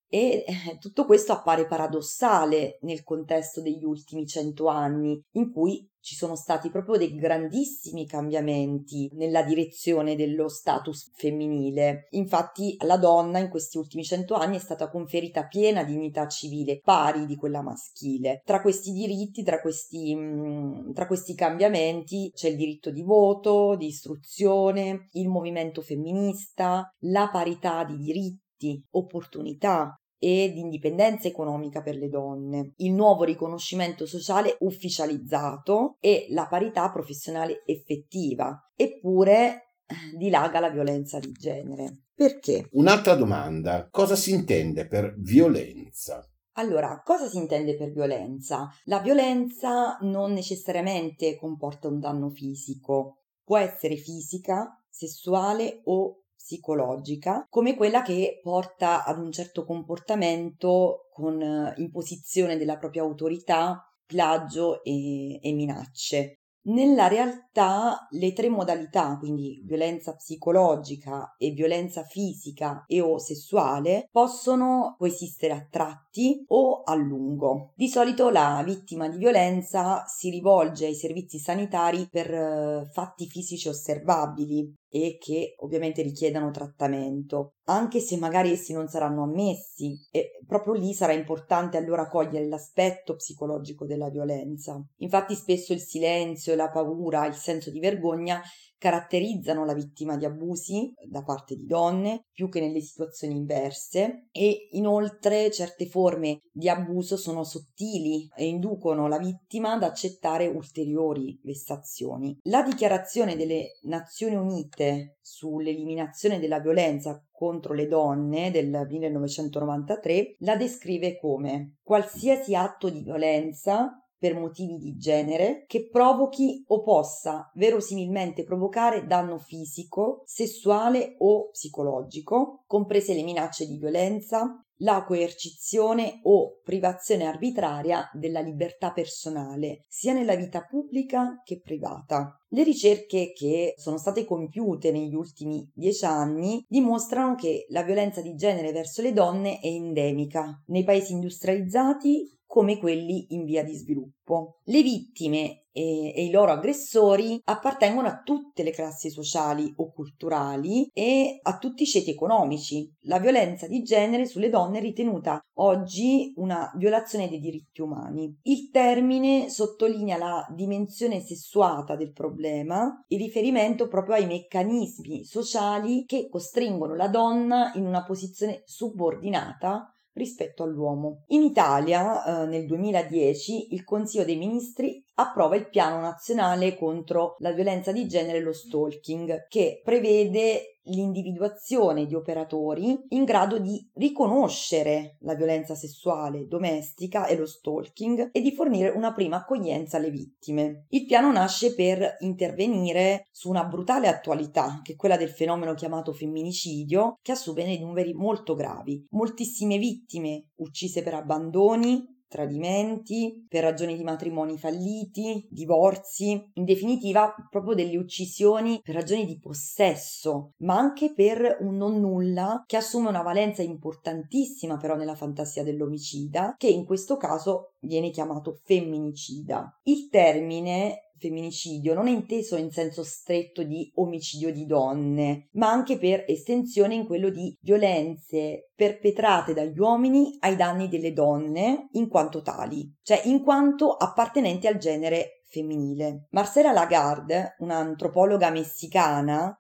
E eh, tutto questo appare paradossale nel contesto degli ultimi cento anni, in cui ci sono stati proprio dei grandissimi cambiamenti nella direzione dello status femminile. Infatti alla donna in questi ultimi cento anni è stata conferita piena dignità civile, pari di quella maschile. Tra questi diritti, tra questi, mh, tra questi cambiamenti c'è il diritto di voto, di istruzione, il movimento femminista, la parità di diritti, opportunità e di indipendenza economica per le donne, il nuovo riconoscimento sociale ufficializzato e la parità professionale effettiva. Eppure dilaga la violenza di genere. Perché? Un'altra domanda: cosa si intende per violenza? Allora, cosa si intende per violenza? La violenza non necessariamente comporta un danno fisico, può essere fisica, sessuale o psicologica, come quella che porta ad un certo comportamento con imposizione della propria autorità, plagio e, e minacce. Nella realtà le tre modalità, quindi violenza psicologica e violenza fisica e o sessuale, possono coesistere a tratti o a lungo. Di solito la vittima di violenza si rivolge ai servizi sanitari per uh, fatti fisici osservabili e che ovviamente richiedano trattamento, anche se magari essi non saranno ammessi, e proprio lì sarà importante allora cogliere l'aspetto psicologico della violenza. Infatti spesso il silenzio, la paura, il senso di vergogna caratterizzano la vittima di abusi da parte di donne più che nelle situazioni inverse, e inoltre certe forme di abuso sono sottili e inducono la vittima ad accettare ulteriori vessazioni. La dichiarazione delle Nazioni Unite sull'eliminazione della violenza contro le donne del millenovecentonovantatré la descrive come qualsiasi atto di violenza per motivi di genere che provochi o possa verosimilmente provocare danno fisico, sessuale o psicologico, comprese le minacce di violenza, la coercizione o privazione arbitraria della libertà personale, sia nella vita pubblica che privata. Le ricerche che sono state compiute negli ultimi dieci anni dimostrano che la violenza di genere verso le donne è endemica nei paesi industrializzati come quelli in via di sviluppo. Le vittime e, e i loro aggressori appartengono a tutte le classi sociali o culturali e a tutti i ceti economici. La violenza di genere sulle donne è ritenuta oggi una violazione dei diritti umani. Il termine sottolinea la dimensione sessuata del problema, in riferimento proprio ai meccanismi sociali che costringono la donna in una posizione subordinata rispetto all'uomo. In Italia, eh, nel duemiladieci, il Consiglio dei Ministri approva il Piano Nazionale contro la violenza di genere e lo stalking, che prevede l'individuazione di operatori in grado di riconoscere la violenza sessuale domestica e lo stalking e di fornire una prima accoglienza alle vittime. Il piano nasce per intervenire su una brutale attualità, che è quella del fenomeno chiamato femminicidio, che assume dei numeri molto gravi. Moltissime vittime uccise per abbandoni, tradimenti, per ragioni di matrimoni falliti, divorzi, in definitiva proprio delle uccisioni per ragioni di possesso, ma anche per un non nulla che assume una valenza importantissima però nella fantasia dell'omicida, che in questo caso viene chiamato femminicida. Il termine femminicidio non è inteso in senso stretto di omicidio di donne, ma anche per estensione in quello di violenze perpetrate dagli uomini ai danni delle donne in quanto tali, cioè in quanto appartenenti al genere femminile. Marcela Lagarde, un'antropologa messicana,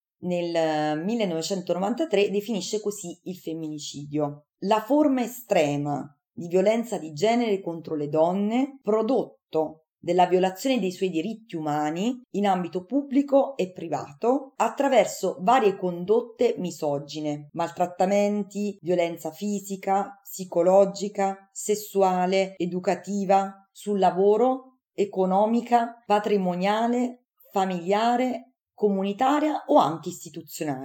nel millenovecentonovantatré definisce così il femminicidio: la forma estrema di violenza di genere contro le donne prodotto della violazione dei suoi diritti umani in ambito pubblico e privato attraverso varie condotte misogine, maltrattamenti, violenza fisica, psicologica, sessuale, educativa, sul lavoro, economica, patrimoniale, familiare, comunitaria o anche istituzionale.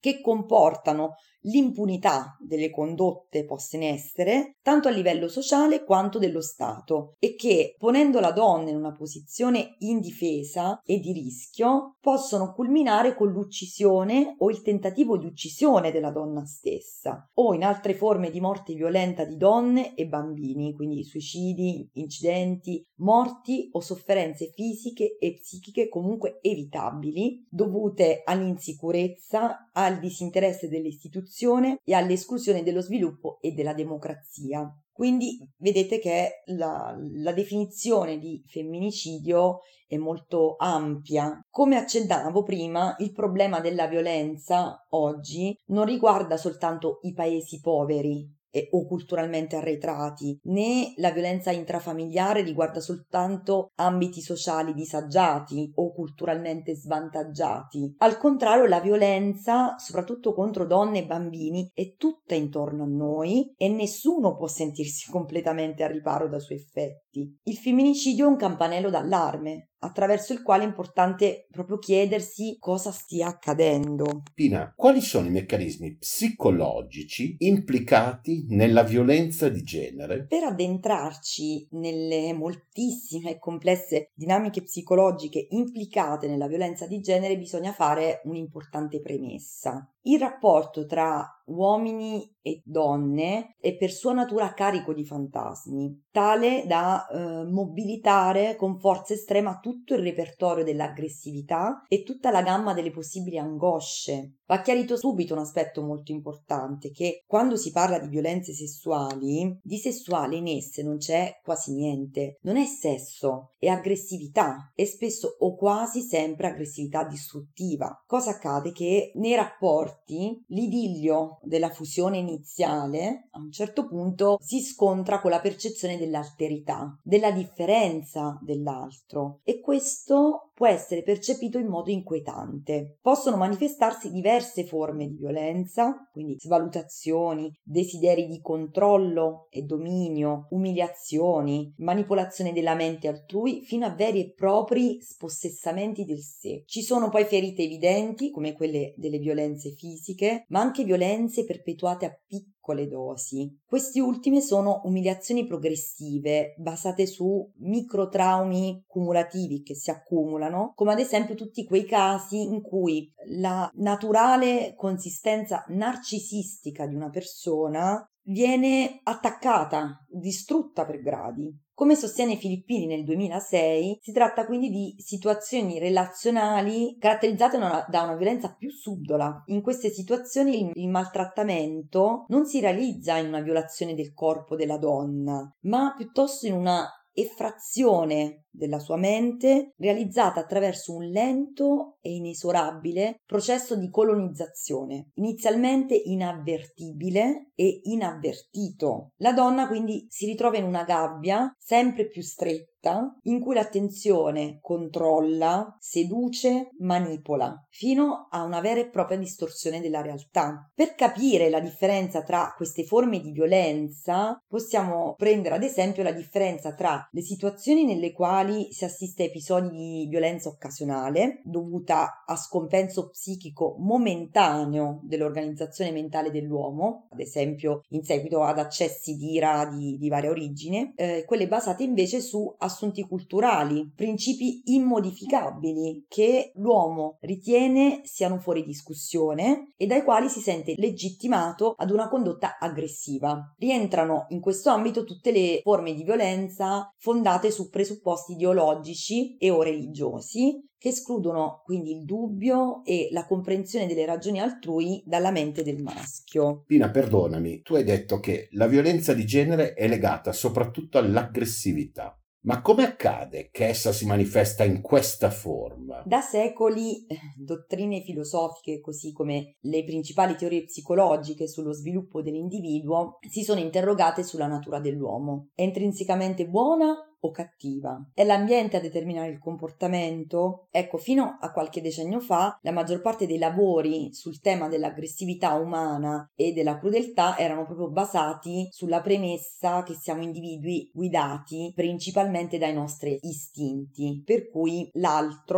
che comportano l'impunità delle condotte poste in essere, tanto a livello sociale quanto dello Stato, e che, ponendo la donna in una posizione indifesa e di rischio, possono culminare con l'uccisione o il tentativo di uccisione della donna stessa, o in altre forme di morte violenta di donne e bambini, quindi suicidi, incidenti, morti o sofferenze fisiche e psichiche comunque evitabili, dovute all'insicurezza, al disinteresse delle istituzioni e all'esclusione dello sviluppo e della democrazia. Quindi vedete che la, la definizione di femminicidio è molto ampia. Come accennavo prima, il problema della violenza oggi non riguarda soltanto i paesi poveri e, o culturalmente arretrati, né la violenza intrafamiliare riguarda soltanto ambiti sociali disagiati o culturalmente svantaggiati. Al contrario, la violenza, soprattutto contro donne e bambini, è tutta intorno a noi e nessuno può sentirsi completamente al riparo dai suoi effetti. Il femminicidio è un campanello d'allarme attraverso il quale è importante proprio chiedersi cosa stia accadendo. Pina, quali sono i meccanismi psicologici implicati nella violenza di genere? Per addentrarci nelle moltissime e complesse dinamiche psicologiche implicate nella violenza di genere bisogna fare un'importante premessa. Il rapporto tra uomini e donne è per sua natura carico di fantasmi, tale da eh, mobilitare con forza estrema tutto il repertorio dell'aggressività e tutta la gamma delle possibili angosce. Va chiarito subito un aspetto molto importante, che quando si parla di violenze sessuali, di sessuale in esse non c'è quasi niente, non è sesso, è aggressività e spesso o quasi sempre aggressività distruttiva. Cosa accade? Che nei rapporti l'idillio della fusione iniziale a un certo punto si scontra con la percezione dell'alterità, della differenza dell'altro, e questo può essere percepito in modo inquietante. Possono manifestarsi diverse forme di violenza, quindi svalutazioni, desideri di controllo e dominio, umiliazioni, manipolazione della mente altrui, fino a veri e propri spossessamenti del sé. Ci sono poi ferite evidenti, come quelle delle violenze fisiche, ma anche violenze perpetuate a piccole dosi. Queste ultime sono umiliazioni progressive, basate su microtraumi cumulativi che si accumulano, come ad esempio tutti quei casi in cui la naturale consistenza narcisistica di una persona viene attaccata, distrutta per gradi. Come sostiene Filippini nel duemilasei, si tratta quindi di situazioni relazionali caratterizzate una, da una violenza più subdola. In queste situazioni il, il maltrattamento non si realizza in una violazione del corpo della donna, ma piuttosto in una effrazione della sua mente realizzata attraverso un lento e inesorabile processo di colonizzazione, inizialmente inavvertibile e inavvertito. La donna quindi si ritrova in una gabbia sempre più stretta in cui l'attenzione controlla, seduce, manipola, fino a una vera e propria distorsione della realtà. Per capire la differenza tra queste forme di violenza, possiamo prendere ad esempio la differenza tra le situazioni nelle quali si assiste a episodi di violenza occasionale, dovuta a scompenso psichico momentaneo dell'organizzazione mentale dell'uomo, ad esempio in seguito ad accessi di ira di, di varia origine, eh, quelle basate invece su assunti culturali, principi immodificabili che l'uomo ritiene siano fuori discussione e dai quali si sente legittimato ad una condotta aggressiva. Rientrano in questo ambito tutte le forme di violenza fondate su presupposti ideologici e o religiosi, che escludono quindi il dubbio e la comprensione delle ragioni altrui dalla mente del maschio. Pina, perdonami, tu hai detto che la violenza di genere è legata soprattutto all'aggressività. Ma come accade che essa si manifesta in questa forma? Da secoli eh, dottrine filosofiche, così come le principali teorie psicologiche sullo sviluppo dell'individuo, si sono interrogate sulla natura dell'uomo. È intrinsecamente buona o cattiva? È l'ambiente a determinare il comportamento? Ecco, fino a qualche decennio fa la maggior parte dei lavori sul tema dell'aggressività umana e della crudeltà erano proprio basati sulla premessa che siamo individui guidati principalmente dai nostri istinti, per cui l'altro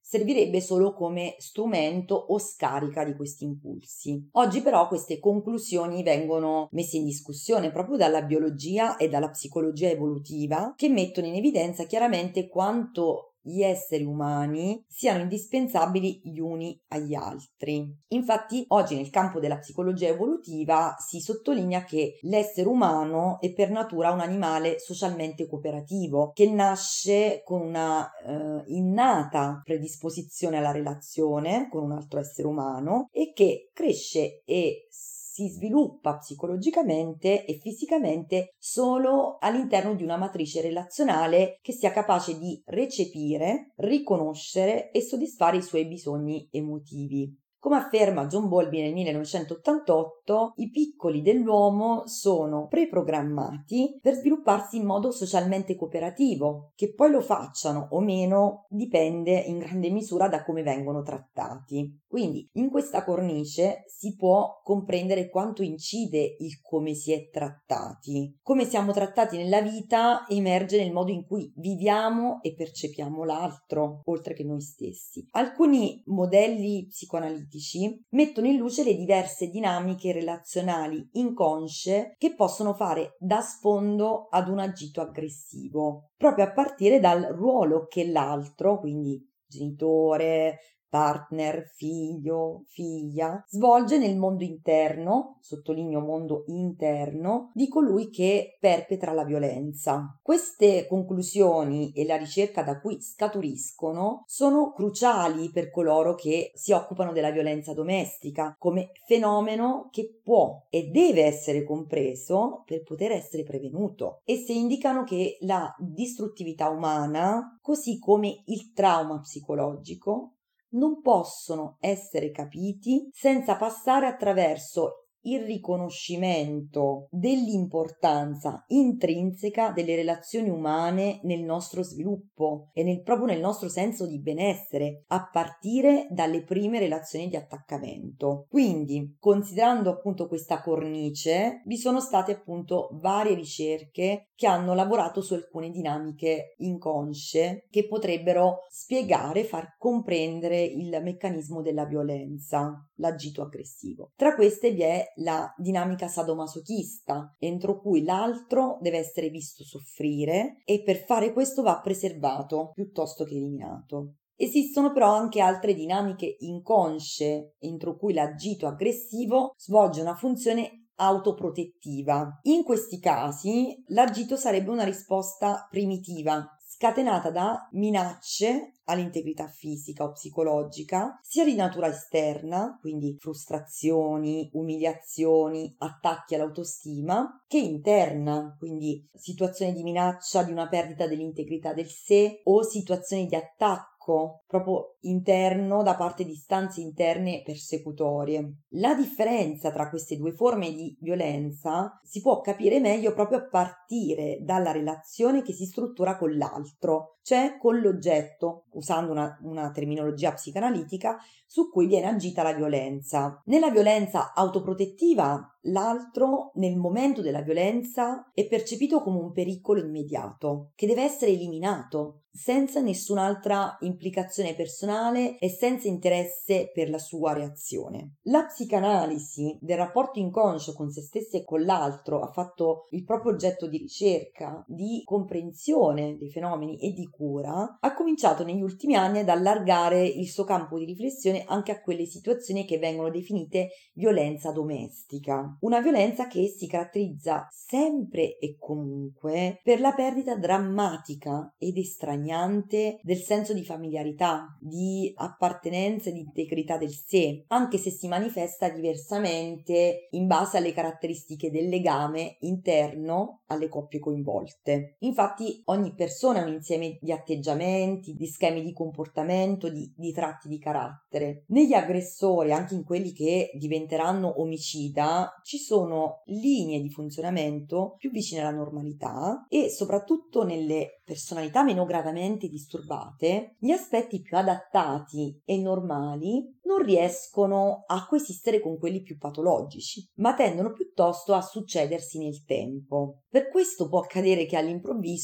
servirebbe solo come strumento o scarica di questi impulsi. Oggi però queste conclusioni vengono messe in discussione proprio dalla biologia e dalla psicologia evolutiva, che mettono in evidenza chiaramente quanto gli esseri umani siano indispensabili gli uni agli altri. Infatti, oggi nel campo della psicologia evolutiva si sottolinea che l'essere umano è per natura un animale socialmente cooperativo, che nasce con una eh, innata predisposizione alla relazione con un altro essere umano e che cresce e si sviluppa psicologicamente e fisicamente solo all'interno di una matrice relazionale che sia capace di recepire, riconoscere e soddisfare i suoi bisogni emotivi. Come afferma John Bowlby nel millenovecentottantotto, i piccoli dell'uomo sono preprogrammati per svilupparsi in modo socialmente cooperativo. Che poi lo facciano o meno dipende in grande misura da come vengono trattati. Quindi in questa cornice si può comprendere quanto incide il come si è trattati. Come siamo trattati nella vita emerge nel modo in cui viviamo e percepiamo l'altro, oltre che noi stessi. Alcuni modelli psicoanalitici mettono in luce le diverse dinamiche relazionali inconsce che possono fare da sfondo ad un agito aggressivo, proprio a partire dal ruolo che l'altro, quindi genitore, partner, figlio, figlia, svolge nel mondo interno, sottolineo mondo interno, di colui che perpetra la violenza. Queste conclusioni e la ricerca da cui scaturiscono sono cruciali per coloro che si occupano della violenza domestica come fenomeno che può e deve essere compreso per poter essere prevenuto. Esse indicano che la distruttività umana, così come il trauma psicologico, non possono essere capiti senza passare attraverso il riconoscimento dell'importanza intrinseca delle relazioni umane nel nostro sviluppo e nel, proprio nel nostro senso di benessere, a partire dalle prime relazioni di attaccamento. Quindi, considerando appunto questa cornice, vi sono state appunto varie ricerche che hanno lavorato su alcune dinamiche inconsce che potrebbero spiegare, far comprendere il meccanismo della violenza, l'agito aggressivo. Tra queste vi è la dinamica sadomasochista, entro cui l'altro deve essere visto soffrire e per fare questo va preservato piuttosto che eliminato. Esistono però anche altre dinamiche inconsce, entro cui l'agito aggressivo svolge una funzione autoprotettiva. In questi casi l'agito sarebbe una risposta primitiva, scatenata da minacce all'integrità fisica o psicologica, sia di natura esterna, quindi frustrazioni, umiliazioni, attacchi all'autostima, che interna, quindi situazioni di minaccia di una perdita dell'integrità del sé o situazioni di attacco proprio interno da parte di istanze interne persecutorie. La differenza tra queste due forme di violenza si può capire meglio proprio a partire dalla relazione che si struttura con l'altro, cioè con l'oggetto, usando una, una terminologia psicanalitica, su cui viene agita la violenza. Nella violenza autoprotettiva, l'altro nel momento della violenza è percepito come un pericolo immediato, che deve essere eliminato, senza nessun'altra implicazione personale e senza interesse per la sua reazione. La psicanalisi del rapporto inconscio con se stessi e con l'altro ha fatto il proprio oggetto di ricerca, di comprensione dei fenomeni e di cura, ha cominciato negli ultimi anni ad allargare il suo campo di riflessione anche a quelle situazioni che vengono definite violenza domestica. Una violenza che si caratterizza sempre e comunque per la perdita drammatica ed estraniante del senso di familiarità, di appartenenza e di integrità del sé, anche se si manifesta diversamente in base alle caratteristiche del legame interno alle coppie coinvolte. Infatti ogni persona è un insieme di atteggiamenti, di schemi di comportamento, di, di tratti di carattere. Negli aggressori, anche in quelli che diventeranno omicida, ci sono linee di funzionamento più vicine alla normalità e soprattutto nelle personalità meno gravemente disturbate, gli aspetti più adattati e normali non riescono a coesistere con quelli più patologici, ma tendono piuttosto a succedersi nel tempo. Per questo può accadere che all'improvviso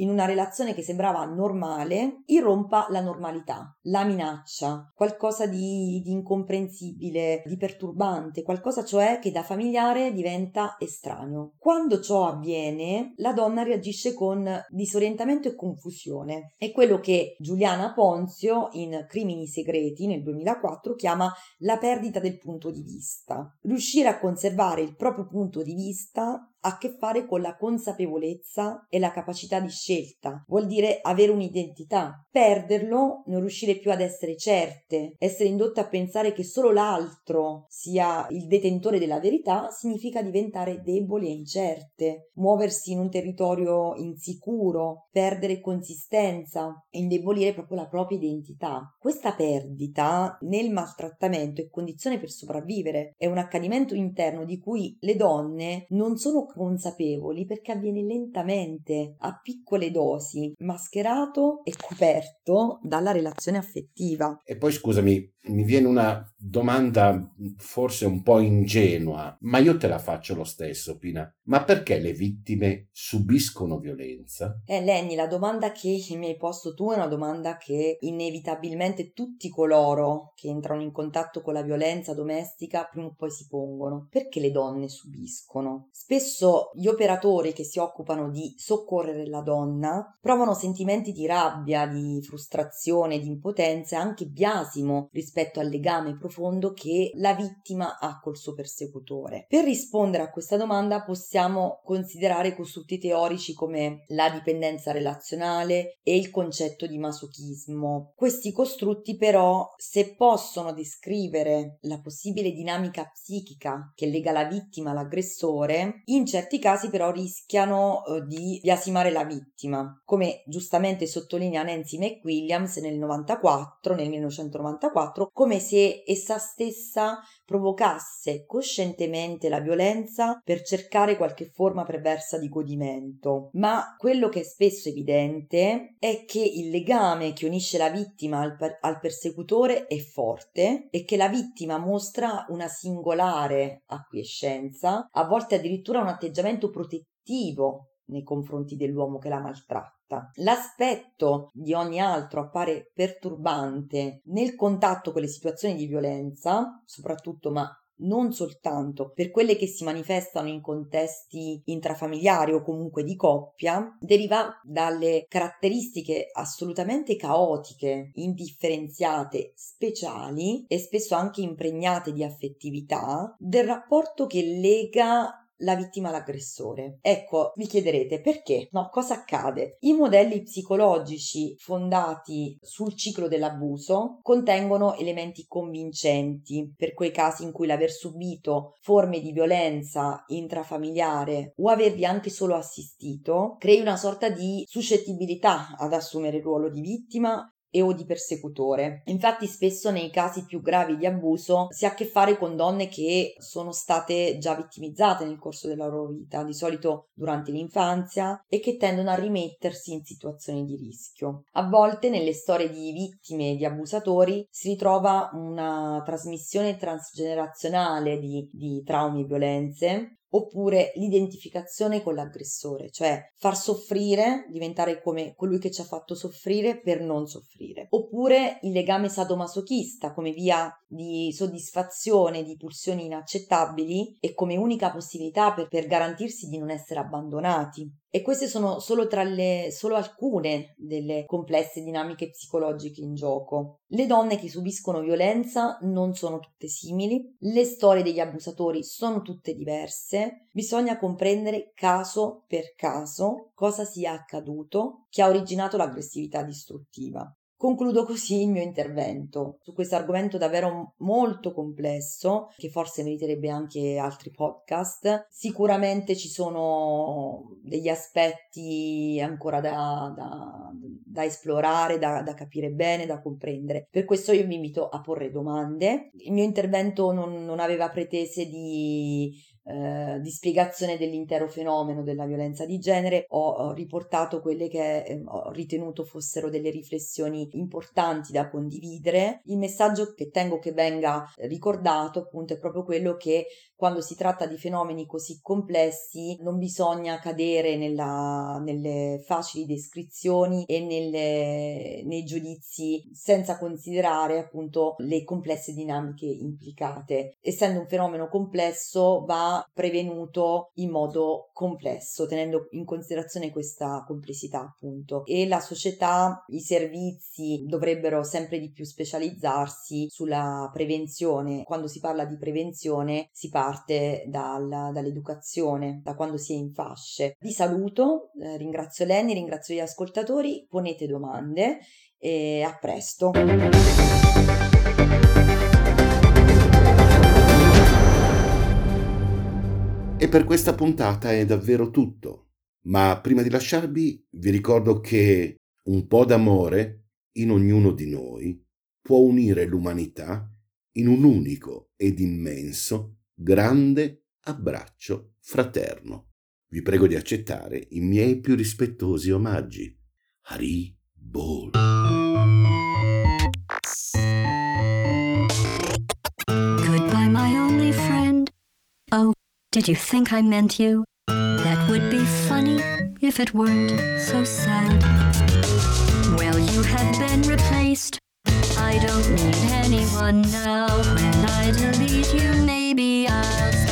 in una relazione che sembrava normale, irrompa la normalità, la minaccia, qualcosa di, di incomprensibile, di perturbante, qualcosa cioè che da familiare diventa estraneo. Quando ciò avviene, la donna reagisce con disorientamento e confusione. È quello che Giuliana Ponzio in Crimini segreti nel duemilaquattro chiama la perdita del punto di vista. Riuscire a conservare il proprio punto di vista ha a che fare con la consapevolezza e la capacità di scelta, vuol dire avere un'identità. Perderlo, non riuscire più ad essere certe, essere indotte a pensare che solo l'altro sia il detentore della verità, significa diventare deboli e incerte, muoversi in un territorio insicuro, perdere consistenza e indebolire proprio la propria identità. Questa perdita nel maltrattamento è condizione per sopravvivere, è un accadimento interno di cui le donne non sono consapevoli perché avviene lentamente, a piccole dosi, mascherato e coperto dalla relazione affettiva. E poi scusami, mi viene una domanda forse un po' ingenua, ma io te la faccio lo stesso, Pina. Ma perché le vittime subiscono violenza? Eh Lenny, la domanda che mi hai posto tu è una domanda che inevitabilmente tutti coloro che entrano in contatto con la violenza domestica prima o poi si pongono. Perché le donne subiscono? Spesso gli operatori che si occupano di soccorrere la donna provano sentimenti di rabbia, di frustrazione, di impotenza e anche biasimo rispetto al legame profondo che la vittima ha col suo persecutore. Per rispondere a questa domanda possiamo considerare costrutti teorici come la dipendenza relazionale e il concetto di masochismo. Questi costrutti però, se possono descrivere la possibile dinamica psichica che lega la vittima all'aggressore, in certi casi però rischiano eh, di biasimare la vittima, come giustamente sottolinea Nancy McWilliams nel novantaquattro, nel millenovecentonovantaquattro, come se essa stessa provocasse coscientemente la violenza per cercare qualche forma perversa di godimento. Ma quello che è spesso evidente è che il legame che unisce la vittima al, per- al persecutore è forte e che la vittima mostra una singolare acquiescenza, a volte addirittura un atteggiamento protettivo nei confronti dell'uomo che la maltratta. L'aspetto di ogni altro appare perturbante nel contatto con le situazioni di violenza, soprattutto ma non soltanto per quelle che si manifestano in contesti intrafamiliari o comunque di coppia, deriva dalle caratteristiche assolutamente caotiche, indifferenziate, speciali e spesso anche impregnate di affettività del rapporto che lega la vittima all'aggressore. Ecco, vi chiederete perché? No, cosa accade? I modelli psicologici fondati sul ciclo dell'abuso contengono elementi convincenti per quei casi in cui l'aver subito forme di violenza intrafamiliare o avervi anche solo assistito crei una sorta di suscettibilità ad assumere il ruolo di vittima e o di persecutore. Infatti spesso nei casi più gravi di abuso si ha a che fare con donne che sono state già vittimizzate nel corso della loro vita, di solito durante l'infanzia, e che tendono a rimettersi in situazioni di rischio. A volte nelle storie di vittime e di abusatori si ritrova una trasmissione transgenerazionale di, di traumi e violenze, oppure l'identificazione con l'aggressore, cioè far soffrire, diventare come colui che ci ha fatto soffrire per non soffrire, oppure il legame sadomasochista come via di soddisfazione di pulsioni inaccettabili e come unica possibilità per, per garantirsi di non essere abbandonati. E queste sono solo tra le solo alcune delle complesse dinamiche psicologiche in gioco. Le donne che subiscono violenza non sono tutte simili, le storie degli abusatori sono tutte diverse, bisogna comprendere caso per caso cosa sia accaduto che ha originato l'aggressività distruttiva. Concludo così il mio intervento su questo argomento davvero molto complesso, che forse meriterebbe anche altri podcast. Sicuramente ci sono degli aspetti ancora da, da, da esplorare, da, da capire bene, da comprendere. Per questo io vi invito a porre domande. Il mio intervento non, non aveva pretese di eh, di spiegazione dell'intero fenomeno della violenza di genere, ho, ho riportato quelle che eh, ho ritenuto fossero delle riflessioni importanti da condividere. Il messaggio che tengo che venga ricordato appunto è proprio quello che quando si tratta di fenomeni così complessi non bisogna cadere nella, nelle facili descrizioni e nelle, nei giudizi senza considerare appunto le complesse dinamiche implicate. Essendo un fenomeno complesso va prevenuto in modo complesso, tenendo in considerazione questa complessità appunto, e la società, i servizi dovrebbero sempre di più specializzarsi sulla prevenzione. Quando si parla di prevenzione si parte dal, dall'educazione, da quando si è in fasce. Vi saluto, eh, ringrazio Lenny, ringrazio gli ascoltatori, ponete domande e a presto. E per questa puntata è davvero tutto, ma prima di lasciarvi vi ricordo che un po' d'amore in ognuno di noi può unire l'umanità in un unico ed immenso, grande abbraccio fraterno. Vi prego di accettare i miei più rispettosi omaggi. Hari Bol. Goodbye, my only friend. Oh, did you think I meant you? That would be funny if it weren't so sad. Well, you have been replaced. I don't need anyone now. When I delete you, maybe I'll